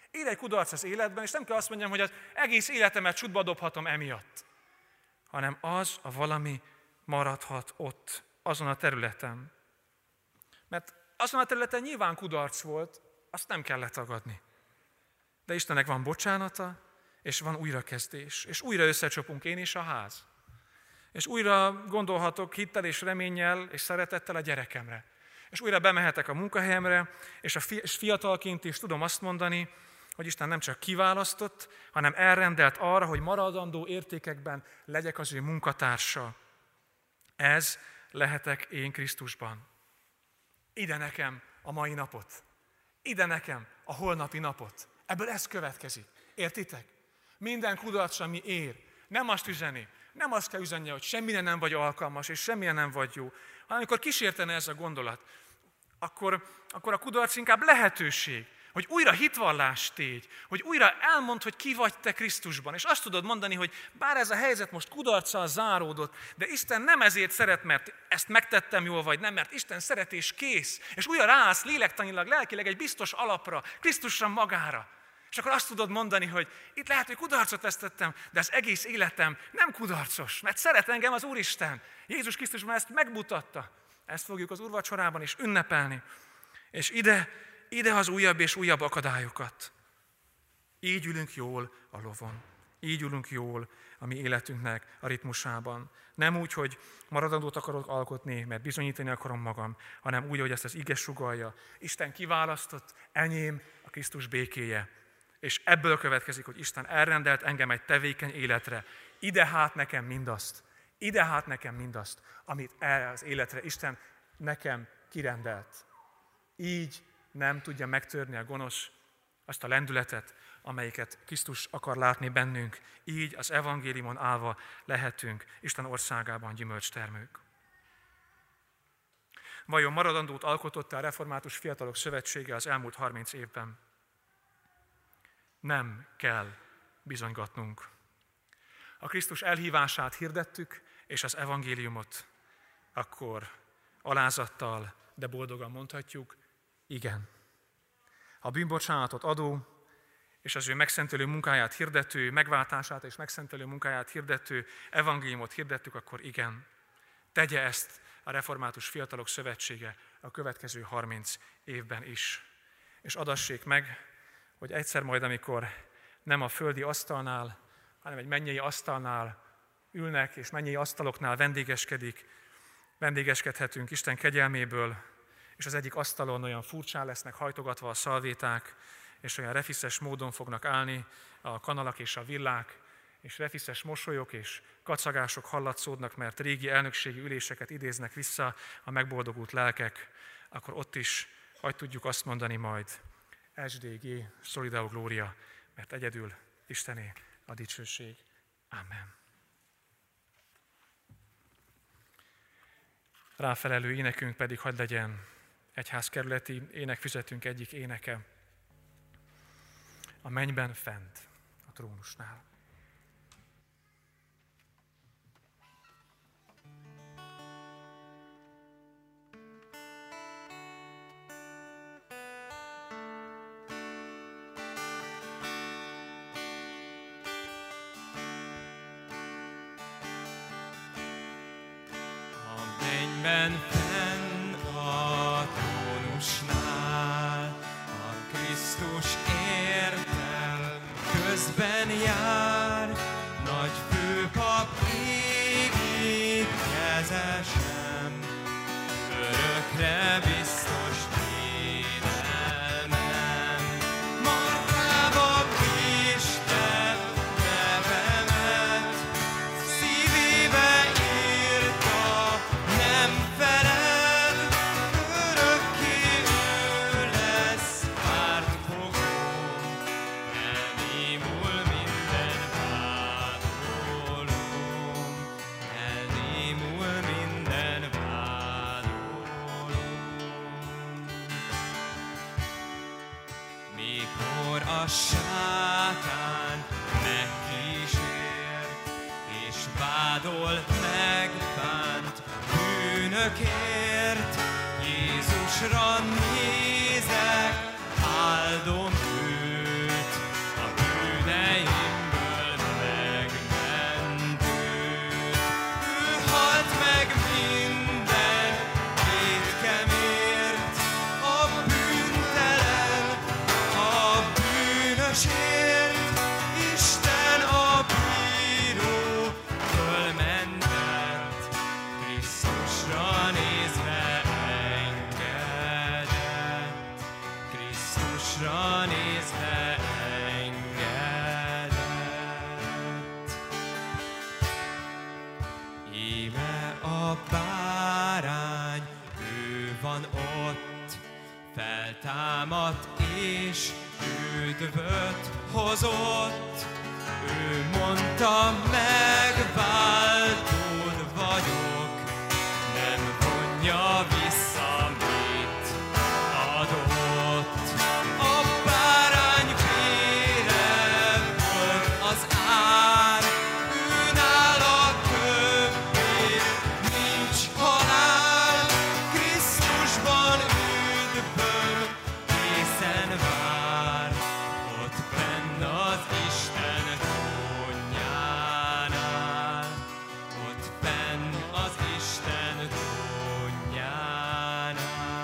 Ér egy kudarc az életben, és nem kell azt mondjam, hogy az egész életemet csutba dobhatom emiatt, hanem az a valami maradhat ott, azon a területen. Mert azon a területen nyilván kudarc volt, azt nem kell letagadni. De Istennek van bocsánata, és van újrakezdés, és újra összecsapunk én és a ház. És újra gondolhatok hittel és reménnyel és szeretettel a gyerekemre. És újra bemehetek a munkahelyemre, és fiatalként is tudom azt mondani, hogy Isten nem csak kiválasztott, hanem elrendelt arra, hogy maradandó értékekben legyek az ő munkatársa. Ez lehetek én Krisztusban. Ide nekem a mai napot. Ide nekem a holnapi napot. Ebből ez következik. Értitek? Minden kudarc, ami ér, nem azt üzeni, nem azt kell üzennie, hogy semmire nem vagy alkalmas, és semmire nem vagy jó, hanem amikor kísértene ez a gondolat, akkor a kudarc inkább lehetőség, hogy újra hitvallást tégy, hogy újra elmondd, hogy ki vagy te Krisztusban. És azt tudod mondani, hogy bár ez a helyzet most kudarccal záródott, de Isten nem ezért szeret, mert ezt megtettem jól, vagy nem, mert Isten szeret és kész. És újra ráállsz lélektanilag, lelkileg egy biztos alapra, Krisztusra magára. És akkor azt tudod mondani, hogy itt lehet, hogy kudarcot vesztettem, de az egész életem nem kudarcos, mert szeret engem az Úristen. Jézus Krisztusban ezt megmutatta. Ezt fogjuk az úrvacsorában is ünnepelni. És ide az újabb és újabb akadályokat. Így ülünk jól a lovon. Így ülünk jól a mi életünknek a ritmusában. Nem úgy, hogy maradandót akarok alkotni, mert bizonyítani akarom magam, hanem úgy, hogy ezt az ige sugallja. Isten kiválasztott, enyém a Krisztus békéje. És ebből következik, hogy Isten elrendelt engem egy tevékeny életre. Ide hát nekem mindazt, amit erre az életre Isten nekem kirendelt. Így nem tudja megtörni a gonosz azt a lendületet, amelyiket Krisztus akar látni bennünk. Így az evangéliumon állva lehetünk Isten országában gyümölcstermők. Vajon maradandót alkotott a Református Fiatalok Szövetsége az elmúlt 30 évben? Nem kell bizonygatnunk. A Krisztus elhívását hirdettük, és az evangéliumot, akkor alázattal, de boldogan mondhatjuk, igen. A bűnbocsánatot adó, és az ő megszentelő munkáját hirdető, megváltását és megszentelő munkáját hirdető evangéliumot hirdettük, akkor igen. Tegye ezt a Református Fiatalok Szövetsége a következő 30 évben is. És adassék meg, hogy egyszer majd, amikor nem a földi asztalnál, hanem egy mennyei asztalnál ülnek, és mennyei asztaloknál vendégeskedhetünk Isten kegyelméből, és az egyik asztalon olyan furcsán lesznek hajtogatva a szalvéták, és olyan refiszes módon fognak állni a kanalak és a villák, és refiszes mosolyok és kacagások hallatszódnak, mert régi elnökségi üléseket idéznek vissza a megboldogult lelkek, akkor ott is hagy tudjuk azt mondani majd, SDG, Soli Deo Gloria, mert egyedül Istené a dicsőség. Amen. Ráfelelő énekünk pedig hadd legyen egyházkerületi énekfüzetünk egyik éneke, a mennyben fent a trónusnál. Mennyben fenn a trónusnál, a Krisztus értel közben jár, nagy főpap égi kezesem, örökre biztos védelmem. Markába Isten nevemet, szívébe írta, nem feled, örökké ő lesz pártfogó, elnémul minden vádolom, elnémul minden vádolom. Mikor a sátán megkísért, és vádol, megbánt bűnökért, Jézusra nézek, áldom őt, feltámadt és üdvöt hozott. Ő mondta, megváltód vagyok, nem vonja vissza, mit adott. A bárány vére volt az ár, ő nála többé nincs halál. Krisztusban üdvöm készen vár, ott benn az Isten trónjánál, ott benn az Isten trónjánál.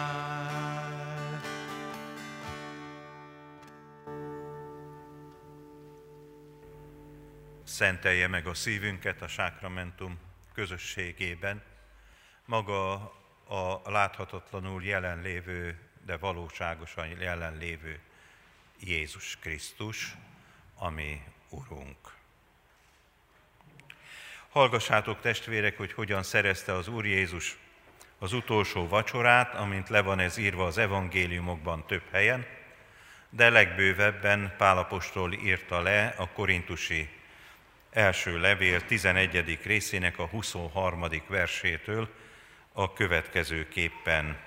Szentelje meg a szívünket a sákramentum közösségében, maga a láthatatlanul jelenlévő, de valóságosan jelenlévő Jézus Krisztus, ami Urunk. Hallgassátok, testvérek, hogy hogyan szerezte az Úr Jézus az utolsó vacsorát, amint le van ez írva az evangéliumokban több helyen, de legbővebben Pál apostol írta le a korintusi első levél 11. részének a 23. versétől a következőképpen.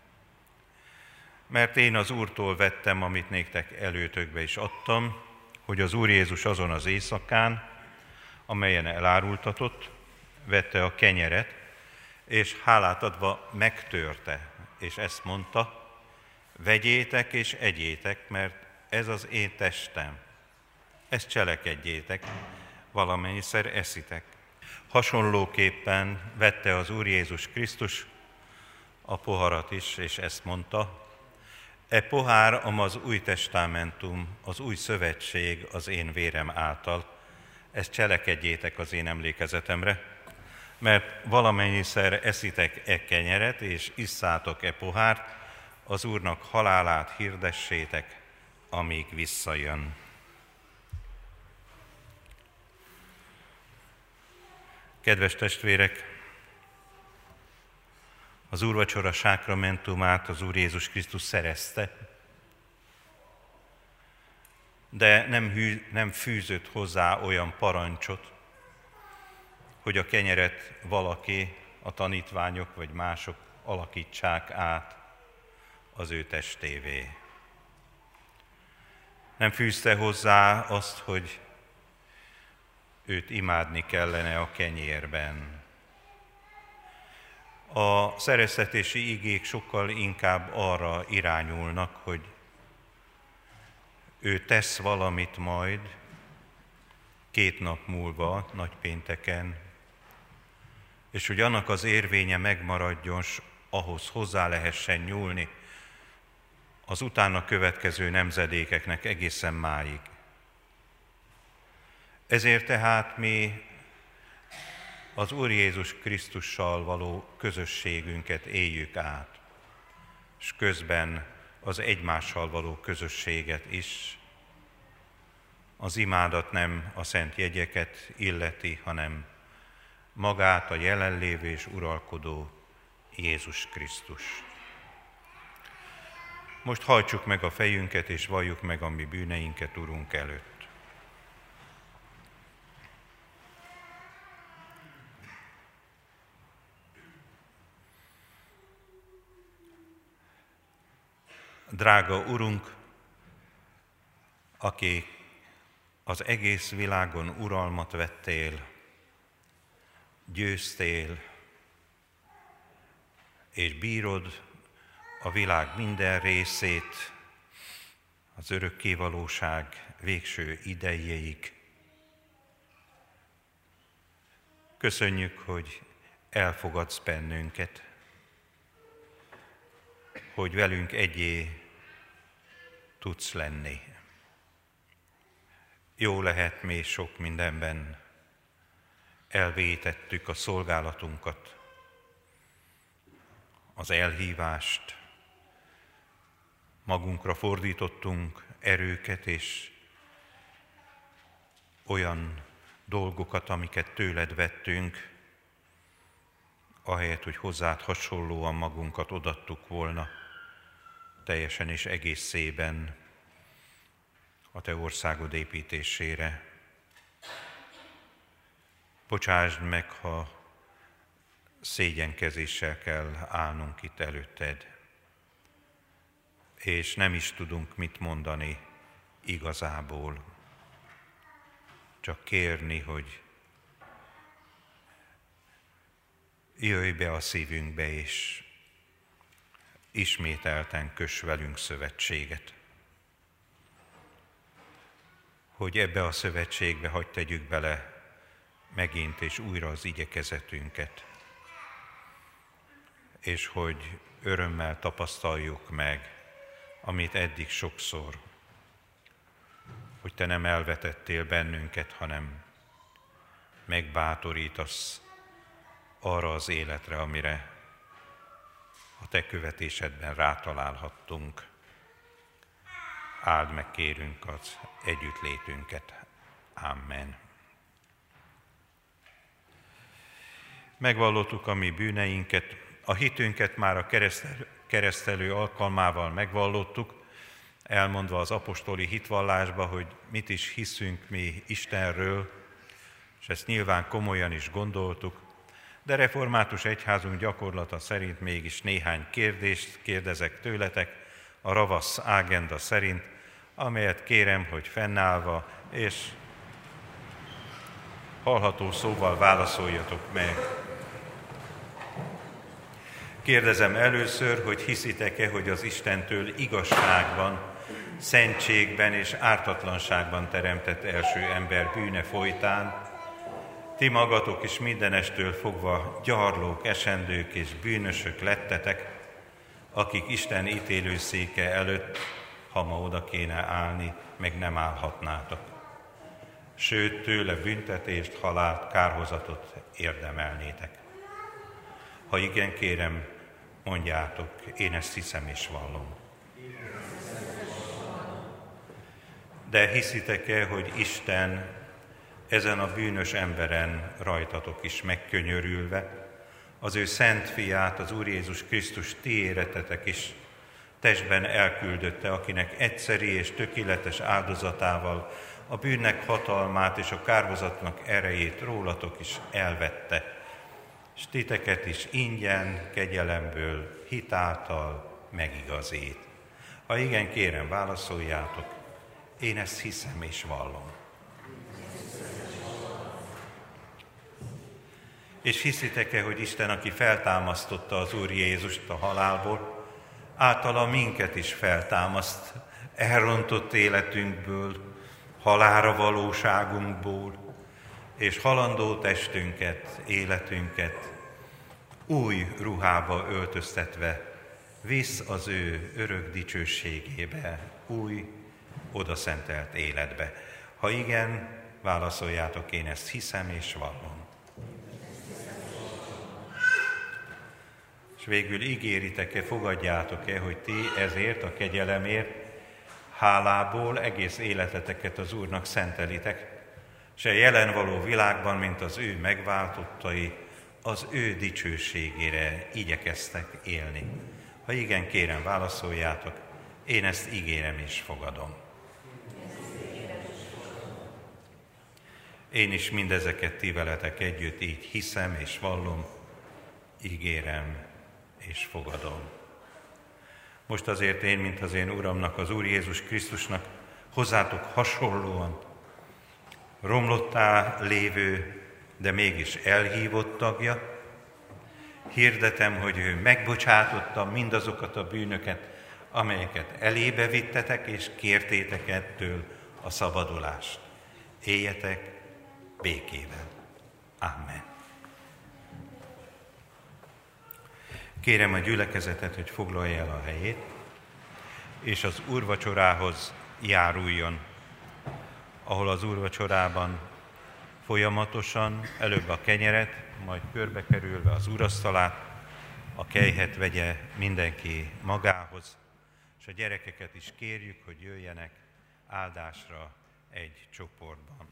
Mert én az Úrtól vettem, amit néktek előtökbe is adtam, hogy az Úr Jézus azon az éjszakán, amelyen elárultatott, vette a kenyeret, és hálát adva megtörte, és ezt mondta, vegyétek és egyétek, mert ez az én testem. Ezt cselekedjétek, valamennyiszer eszitek. Hasonlóképpen vette az Úr Jézus Krisztus a poharat is, és ezt mondta, e pohár, az új testamentum, az új szövetség az én vérem által, ezt cselekedjétek az én emlékezetemre, mert valamennyiszer eszitek e kenyeret, és isszátok e pohárt, az Úrnak halálát hirdessétek, amíg visszajön. Kedves testvérek, az úrvacsora sákramentumát az Úr Jézus Krisztus szerezte, de nem fűzött hozzá olyan parancsot, hogy a kenyeret valaki, a tanítványok vagy mások alakítsák át az ő testévé. Nem fűzte hozzá azt, hogy őt imádni kellene a kenyérben. A szereztetési igék sokkal inkább arra irányulnak, hogy ő tesz valamit majd 2 nap múlva, nagypénteken, és hogy annak az érvénye megmaradjon, ahhoz hozzá lehessen nyúlni az utána következő nemzedékeknek egészen máig. Ezért tehát mi az Úr Jézus Krisztussal való közösségünket éljük át, és közben az egymással való közösséget is. Az imádat nem a szent jegyeket illeti, hanem magát a jelenlévő és uralkodó Jézus Krisztus. Most hajtsuk meg a fejünket, és valljuk meg a mi bűneinket Urunk előtt. Drága Urunk, aki az egész világon uralmat vettél, győztél, és bírod a világ minden részét az örökkévalóság végső idejéig. Köszönjük, hogy elfogadsz bennünket, hogy velünk egyé tudsz lenni. Jó lehet, mi sok mindenben elvétettük a szolgálatunkat, az elhívást, magunkra fordítottunk erőket és olyan dolgokat, amiket tőled vettünk, ahelyett, hogy hozzád hasonlóan magunkat odaadtuk volna teljesen és egészében a Te országod építésére. Bocsásd meg, ha szégyenkezéssel kell állnunk itt előtted, és nem is tudunk mit mondani igazából. Csak kérni, hogy jöjj be a szívünkbe, és ismételten köss velünk szövetséget. Hogy ebbe a szövetségbe hadd tegyük bele megint és újra az igyekezetünket, és hogy örömmel tapasztaljuk meg, amit eddig sokszor, hogy Te nem elvetettél bennünket, hanem megbátorítasz arra az életre, amire a Te követésedben rátalálhattunk. Áld meg, kérünk, az együttlétünket. Amen. Megvallottuk a mi bűneinket, a hitünket már a keresztelő alkalmával megvallottuk, elmondva az apostoli hitvallásba, hogy mit is hiszünk mi Istenről, és ezt nyilván komolyan is gondoltuk, de református egyházunk gyakorlata szerint mégis néhány kérdést kérdezek tőletek a ravasz ágenda szerint, amelyet kérem, hogy fennállva és hallható szóval válaszoljatok meg. Kérdezem először, hogy hiszitek-e, hogy az Istentől igazságban, szentségben és ártatlanságban teremtett első ember bűne folytán ti magatok is mindenestől fogva gyarlók, esendők és bűnösök lettetek, akik Isten ítélőszéke előtt, ha ma oda kéne állni, meg nem állhatnátok. Sőt, tőle büntetést, halált, kárhozatot érdemelnétek. Ha igen, kérem, mondjátok, én ezt hiszem és vallom. De hiszitek-e, hogy Isten ezen a bűnös emberen rajtatok is megkönyörülve, az ő szent fiát, az Úr Jézus Krisztus ti éretetek is testben elküldötte, akinek egyszeri és tökéletes áldozatával a bűnnek hatalmát és a kárhozatnak erejét rólatok is elvette, és titeket is ingyen, kegyelemből, hitáltal megigazít. Ha igen, kérem, válaszoljátok, én ezt hiszem és vallom. És hiszitek-e, hogy Isten, aki feltámasztotta az Úr Jézust a halálból, általa minket is feltámaszt elrontott életünkből, halálra valóságunkból, és halandó testünket, életünket új ruhába öltöztetve visz az ő örök dicsőségébe, új, odaszentelt életbe. Ha igen, válaszoljátok, én ezt hiszem és vallom. És végül ígéritek-e, fogadjátok-e, hogy ti ezért a kegyelemért hálából egész életeteket az Úrnak szentelitek, és a jelen való világban, mint az ő megváltottai, az ő dicsőségére igyekeztek élni. Ha igen, kérem, válaszoljátok, én ezt ígérem és fogadom. Én is mindezeket ti veletek együtt így hiszem és vallom, ígérem és fogadom. Most azért én, mint az én Uramnak, az Úr Jézus Krisztusnak hozzátok hasonlóan romlottá lévő, de mégis elhívott tagja, hirdetem, hogy ő megbocsátotta mindazokat a bűnöket, amelyeket elébe vittetek, és kértétek ettől a szabadulást. Éljetek békével. Amen. Kérem a gyülekezetet, hogy foglalja el a helyét, és az úrvacsorához járuljon, ahol az úrvacsorában folyamatosan előbb a kenyeret, majd körbekerülve az úrasztalát, a kelyhet vegye mindenki magához, és a gyerekeket is kérjük, hogy jöjjenek áldásra egy csoportban.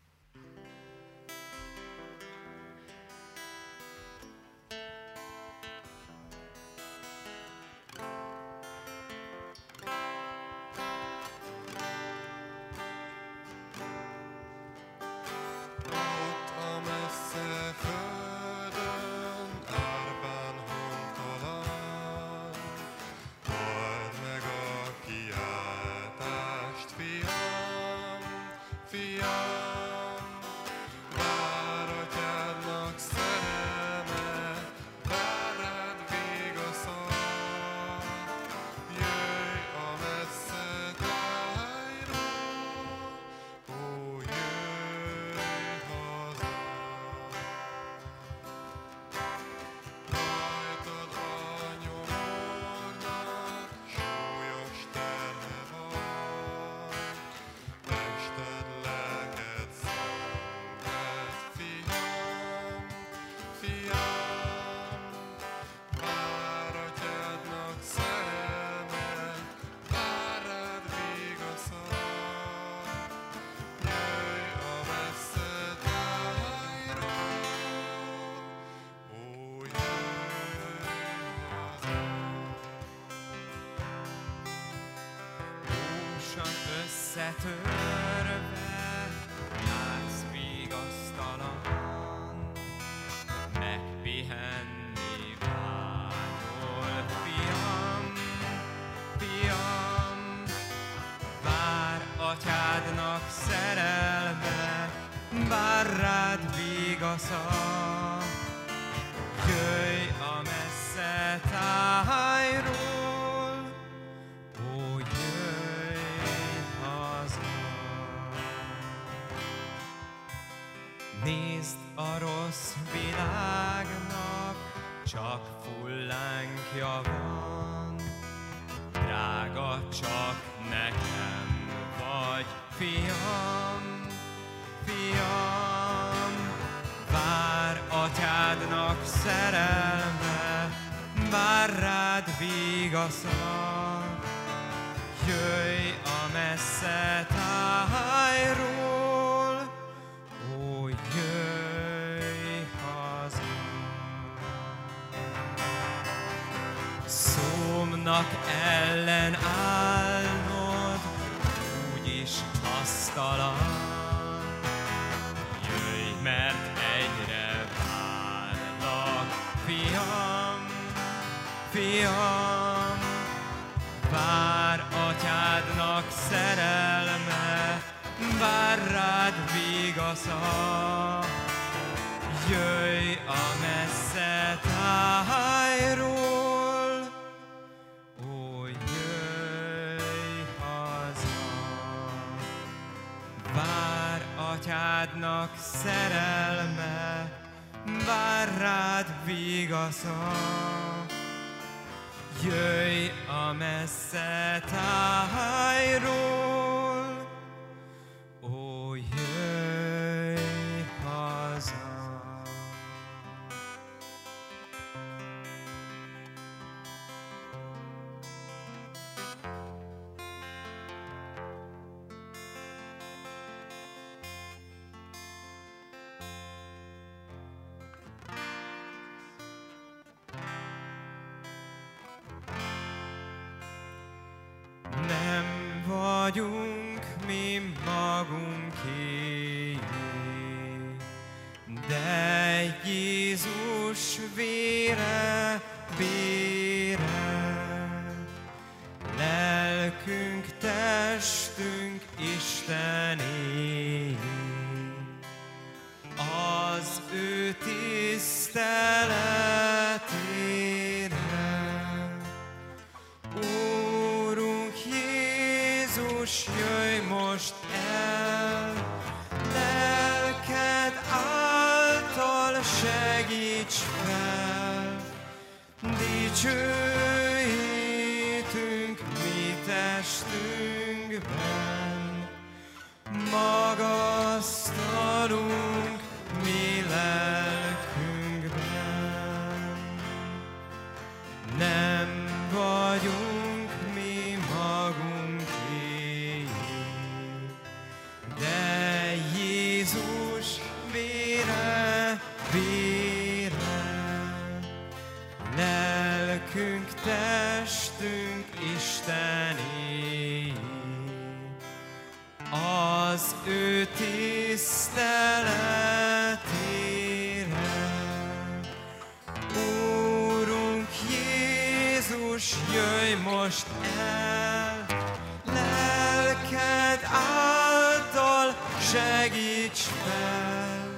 összetörve, jársz vigasztalan, megpihenni vágyol, fiam, fiam, vár atyádnak szerelme, vár rád vigasza, jöjj a messze tájról, ó, jöjj haza. Nézd a rossz világnak, csak fullánkja van, drága, csak nekem vagy, fiam, fiam, vár atyádnak szerelme, vár rád vigasza, jöjj a messze tájról, ó, jöjj haza. Szomnak ellen állnod, úgyis hasztalan, jöjj, mert egyre várlak, fiam, fiam, vár atyádnak szerelme, vár rád vigasza, jöjj a messze tájról, ó, jöjj haza. Vár atyádnak szerelme, vár rád vigasza, jöjj a messze tájról, ó, jöjj haza. Nem vagyunk mi magunké, de Jézus vére, vére, lelkünk, testünk Istené, az ő tiszteletére. Úrunk Jézus, jöjj most el, lelked által segíts fel, dicsőítünk mi testünkben, magasztalunk mi lelkünkben. Nem vagyunk mi magunké, de Jézus vére, vére, lelkünk, testünk Istené, az ő tiszteletére. Úrunk Jézus, jöjj most el, lelked által segíts fel,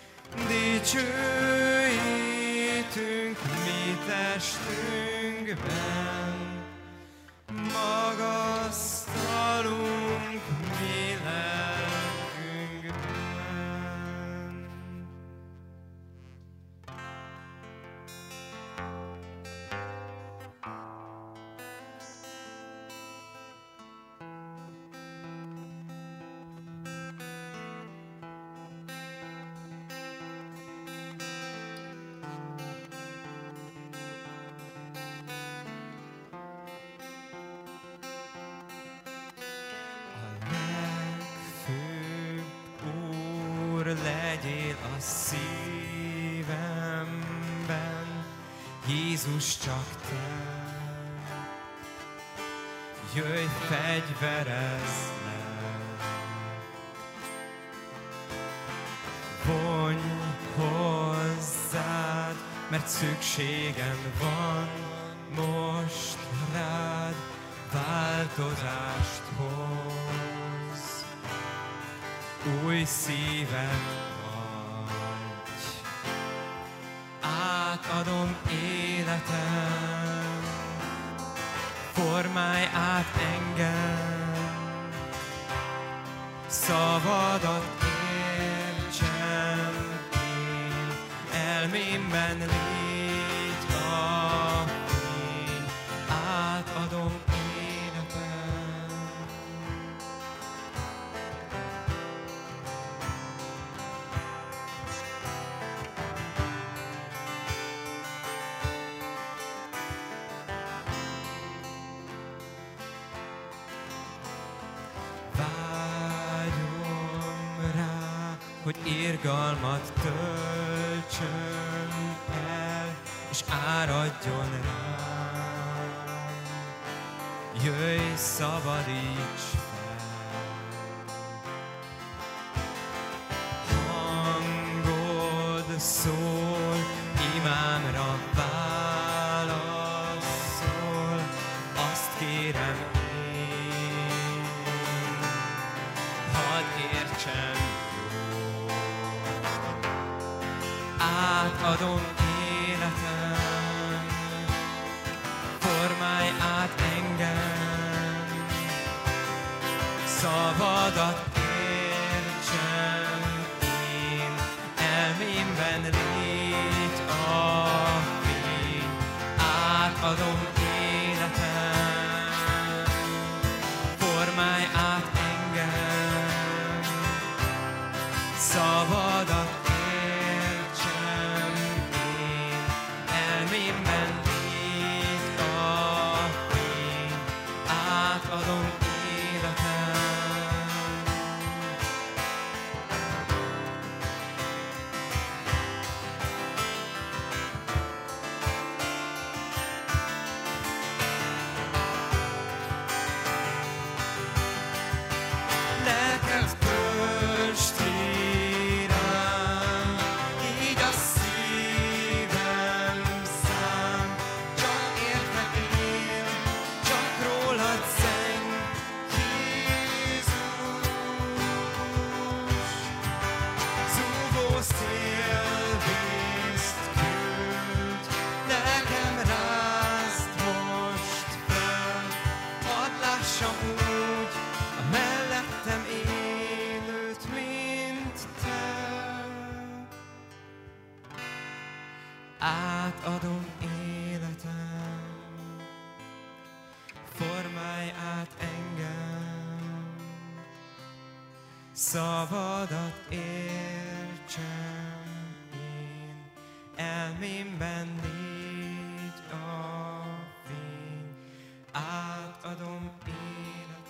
dicsőítünk mi testünkben, magasztalunk mi lelkünkben. Legyél a szívemben, Jézus, csak te. Jöjj, fegyverezz le, mert szükségem van most rád, változást hoz. Új szívem vagy, átadom életem, formálj át engem, szavadat értsem én, elmémben légy a fény, átadom életem. Vágyom rá, hogy irgalmat töltsön el, és áradjon rám. Jöjj, szabadíts fel! Hangod szól, imámra válaszol, azt kérem én, hadd értsem jól. Átadom életem, formálj át engem, szavadat értsem én, elmémben légy a fény, átadom életem, formálj át engem, szavadat értsem én, elmémben légy a fény, átadom életem. Lelket töltsd ki rám, így a szívem szám, csak érted él, csak rólad zeng, Jézus. Zúgó szélvészt küld, lelkem rázd most fel, hadd lássam úgy a mellettem élőt, mint te. Átadom életem, formálj át engem, szavadat értsem én, elmémben légy a fény, átadom életem.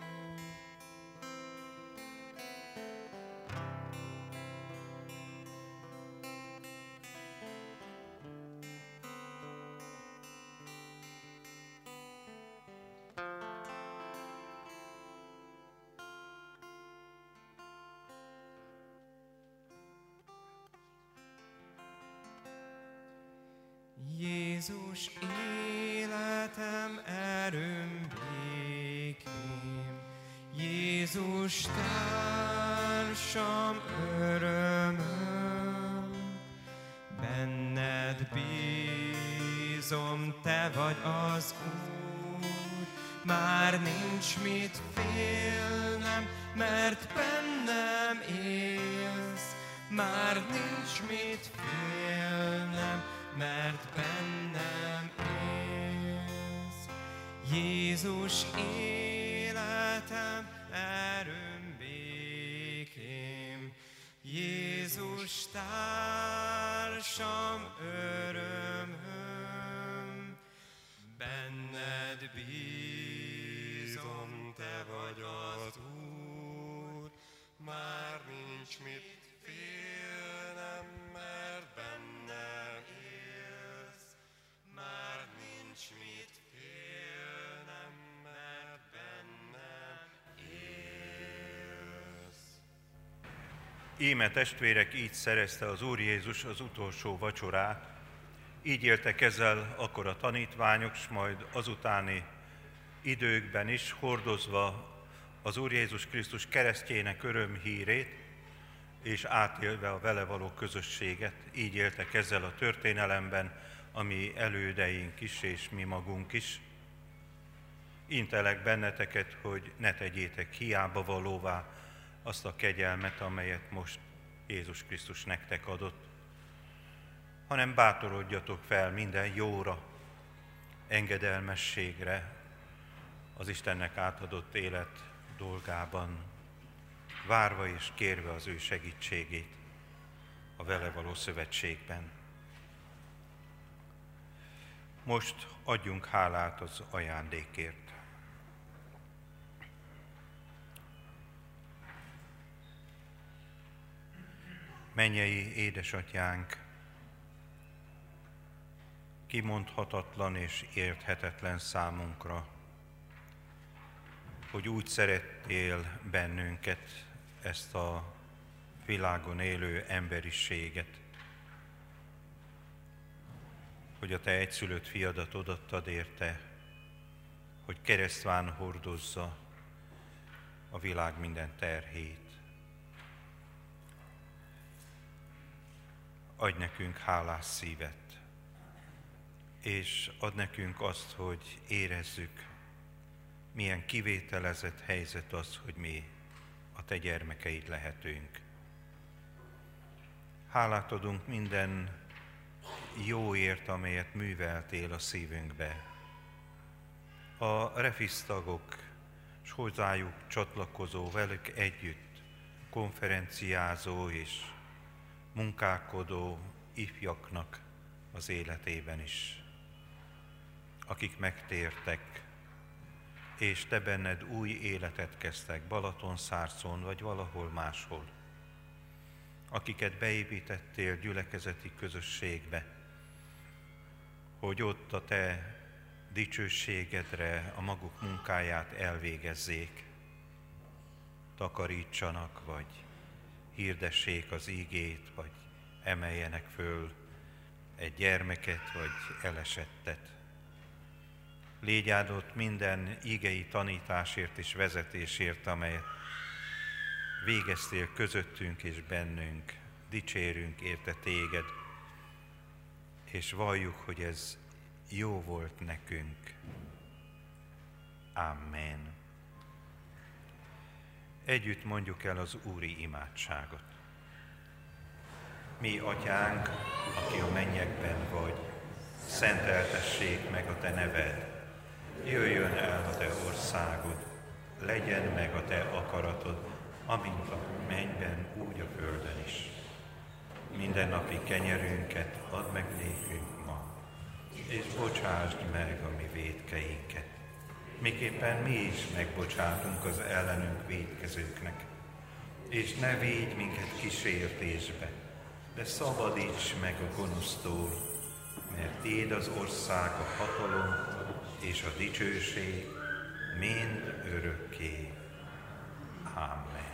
Jézus, életem, erőm, békém, Jézus, társam, örömöm, benned bízom, te vagy az Úr, már nincs mit félnem, mert bennem élsz, már nincs mit félnem, mert bennem élsz. Jézus, életem, erőm, békém, Jézus, társam, örömöm, benned bízom, te vagy az Úr, már nincs mit félnem, mert bennem élsz, már nincs mit félnem, mert bennem élsz. Íme testvérek, így szerezte az Úr Jézus az utolsó vacsorát, Így éltek ezzel akkor a tanítványok, s majd azutáni időkben is, hordozva az Úr Jézus Krisztus keresztjének örömhírét, és átélve a vele való közösséget. Így éltek ezzel a történelemben, ami elődeink is, és mi magunk is. Intelek benneteket, hogy ne tegyétek hiába valóvá azt a kegyelmet, amelyet most Jézus Krisztus nektek adott, hanem bátorodjatok fel minden jóra, engedelmességre, az Istennek átadott élet dolgában, várva és kérve az ő segítségét a vele való szövetségben. Most adjunk hálát az ajándékért. Mennyei édesatyánk, kimondhatatlan és érthetetlen számunkra, hogy úgy szerettél bennünket, ezt a világon élő emberiséget, hogy a te egyszülött fiadat odaadtad érte, hogy keresztván hordozza a világ minden terhét. Adj nekünk hálás szívet, és add nekünk azt, hogy érezzük, milyen kivételezett helyzet az, hogy mi a te gyermekeid lehetünk. Hálát adunk minden jóért, amelyet műveltél a szívünkbe. A Refisz tagok, s hozzájuk csatlakozó, velük együtt konferenciázó és munkálkodó ifjaknak az életében is, akik megtértek, és te benned új életet kezdtek Balatonszárcon, vagy valahol máshol, akiket beépítettél gyülekezeti közösségbe, hogy ott a te dicsőségedre a maguk munkáját elvégezzék, takarítsanak, vagy hirdessék az ígét, vagy emeljenek föl egy gyermeket, vagy elesettet. Légy áldott minden ígei tanításért és vezetésért, amelyet végeztél közöttünk és bennünk. Dicsérünk érte téged, és valljuk, hogy ez jó volt nekünk. Amen. Együtt mondjuk el az úri imádságot. Mi, Atyánk, aki a mennyekben vagy, szenteltessék meg a te neved. Jöjjön el a te országod, legyen meg a te akaratod, amint a mennyben, úgy a földön is. Mindennapi kenyerünket add meg nékünk ma, és bocsásd meg a mi vétkeinket, miképpen mi is megbocsátunk az ellenünk vétkezőknek. És ne védj minket kísértésbe, de szabadíts meg a gonosztól, mert tiéd az ország, a hatalom és a dicsőség mind örökké. Amen.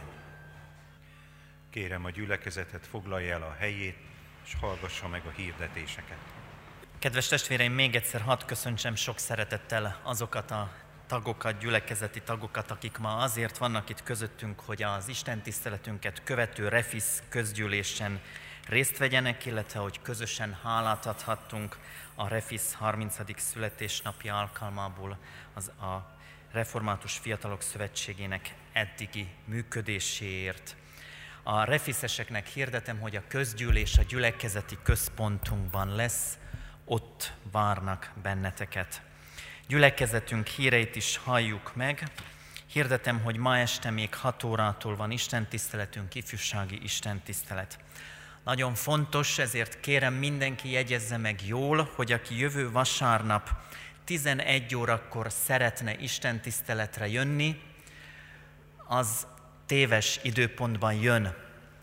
Kérem, a gyülekezetet foglalja el a helyét, és hallgassa meg a hirdetéseket. Kedves testvéreim, még egyszer hadd köszöntsem sok szeretettel azokat a tagokat, gyülekezeti tagokat, akik ma azért vannak itt közöttünk, hogy az istentiszteletünket követő Refisz közgyűlésen részt vegyenek, illetve hogy közösen hálát adhattunk a Refisz 30. születésnapja alkalmából a Református Fiatalok Szövetségének eddigi működéséért. A refiszeseknek hirdetem, hogy a közgyűlés a gyülekezeti központunkban lesz, ott várnak benneteket. Gyülekezetünk híreit is halljuk meg. Hirdetem, hogy ma este még 6 órától van istentiszteletünk, ifjúsági istentisztelet. Nagyon fontos, ezért kérem, mindenki jegyezze meg jól, hogy aki jövő vasárnap 11 órakor szeretne istentiszteletre jönni, az téves időpontban jön.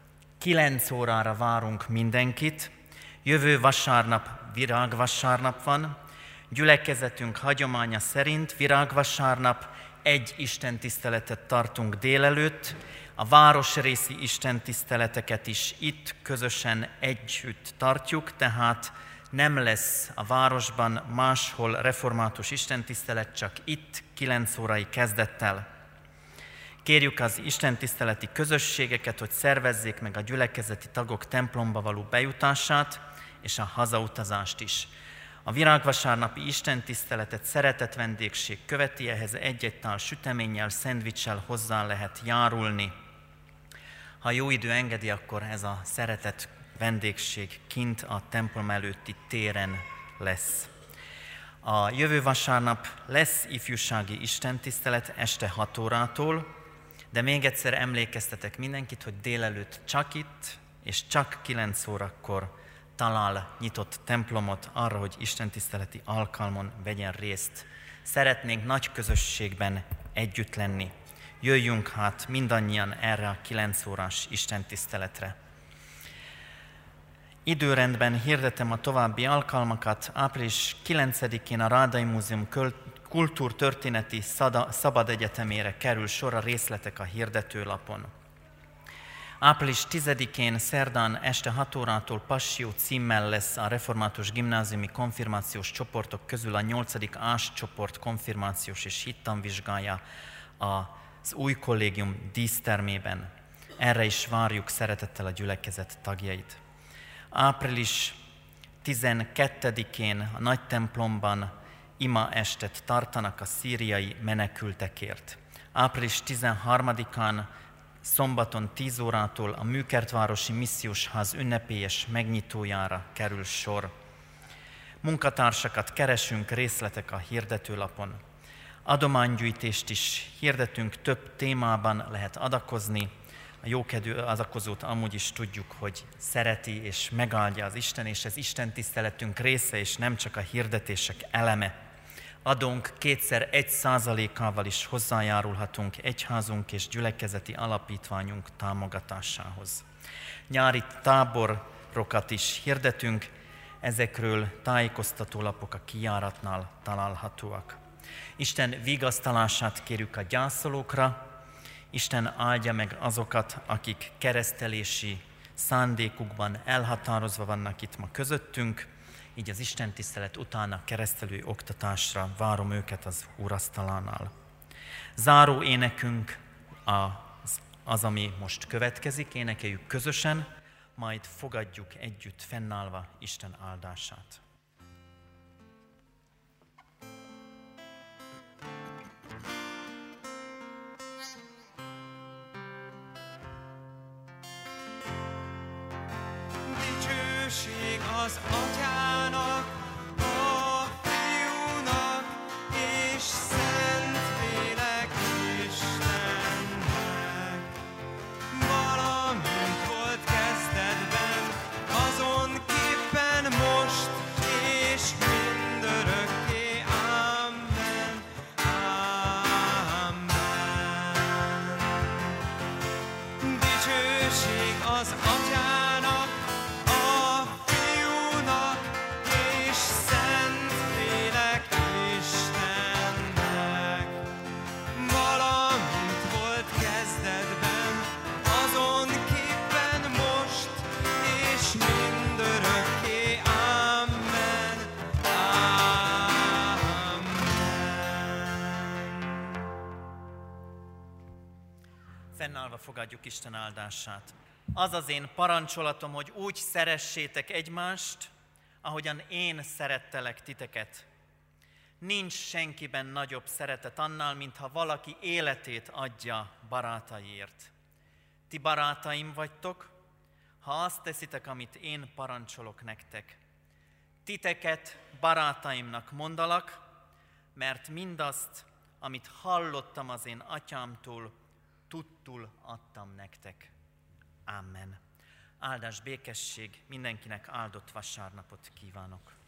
9 órára várunk mindenkit. Jövő vasárnap virágvasárnap van. Gyülekezetünk hagyománya szerint virágvasárnap egy istentiszteletet tartunk délelőtt, a városrészi istentiszteleteket is itt közösen együtt tartjuk, tehát Nem lesz a városban máshol református istentisztelet, csak itt 9 órai kezdettel. Kérjük az istentiszteleti közösségeket, hogy szervezzék meg a gyülekezeti tagok templomba való bejutását és a hazautazást is. A virágvasárnapi istentiszteletet szeretett vendégség követi, ehhez egy-egy tál süteménnyel, szendvicssel hozzá lehet járulni. Ha jó idő engedi, akkor ez a szeretett vendégség kint a templom előtti téren lesz. A jövő vasárnap lesz ifjúsági istentisztelet este 6 órától, de még egyszer emlékeztetek mindenkit, hogy délelőtt csak itt és csak 9 órakor talál nyitott templomot arra, hogy istentiszteleti alkalmon vegyen részt. Szeretnénk nagy közösségben együtt lenni. Jöjjünk hát mindannyian erre a 9 órás istentiszteletre. Időrendben hirdetem a további alkalmakat. Április 9-én a Rádai Múzeum Kultúrtörténeti Szabad Egyetemére kerül sor, a részletek a hirdetőlapon. Április 10-én szerdán este 6 órától Passió címmel lesz a református gimnáziumi konfirmációs csoportok közül a 8. A-s csoport konfirmációs és hittanvizsgája az új kollégium dísztermében. Erre is várjuk szeretettel a gyülekezet tagjait. Április 12-én a nagy templomban ima estet tartanak a szíriai menekültekért. Április 13-án szombaton 10 órától a Műkertvárosi Missziós Ház ünnepélyes megnyitójára kerül sor. Munkatársakat keresünk, részletek a hirdetőlapon. Adománygyűjtést is hirdetünk, több témában lehet adakozni. A jókedvű adakozót amúgy is tudjuk, hogy szereti és megáldja az Isten, és ez Isten tiszteletünk része, és nem csak a hirdetések eleme. Adónk 2x1%-ával is hozzájárulhatunk egyházunk és gyülekezeti alapítványunk támogatásához. Nyári táborokat is hirdetünk, ezekről tájékoztatólapok a kijáratnál találhatóak. Isten vigasztalását kérjük a gyászolókra, Isten áldja meg azokat, akik keresztelési szándékukban elhatározva vannak itt ma közöttünk, így az istentisztelet után a keresztelő oktatásra várom őket az úrasztalánál. Záró énekünk az, ami most következik, énekeljük közösen, majd fogadjuk együtt fennállva Isten áldását. Dicsőség az Atyának, a Fiúnak és Szentlélek Istennek. Valamint volt kezdetben, azonképpen most és mindörökké. Amen. Amen. Dicsőség az Atyának, Fennállva fogadjuk Isten áldását. Az az én parancsolatom, hogy úgy szeressétek egymást, ahogyan én szerettelek titeket. Nincs senkiben nagyobb szeretet annál, mintha valaki életét adja barátaiért. Ti barátaim vagytok, ha azt teszitek, amit én parancsolok nektek. Titeket barátaimnak mondalak, mert mindazt, amit hallottam az én atyámtól, tudtul adtam nektek. Amen. Áldás, békesség, mindenkinek áldott vasárnapot kívánok.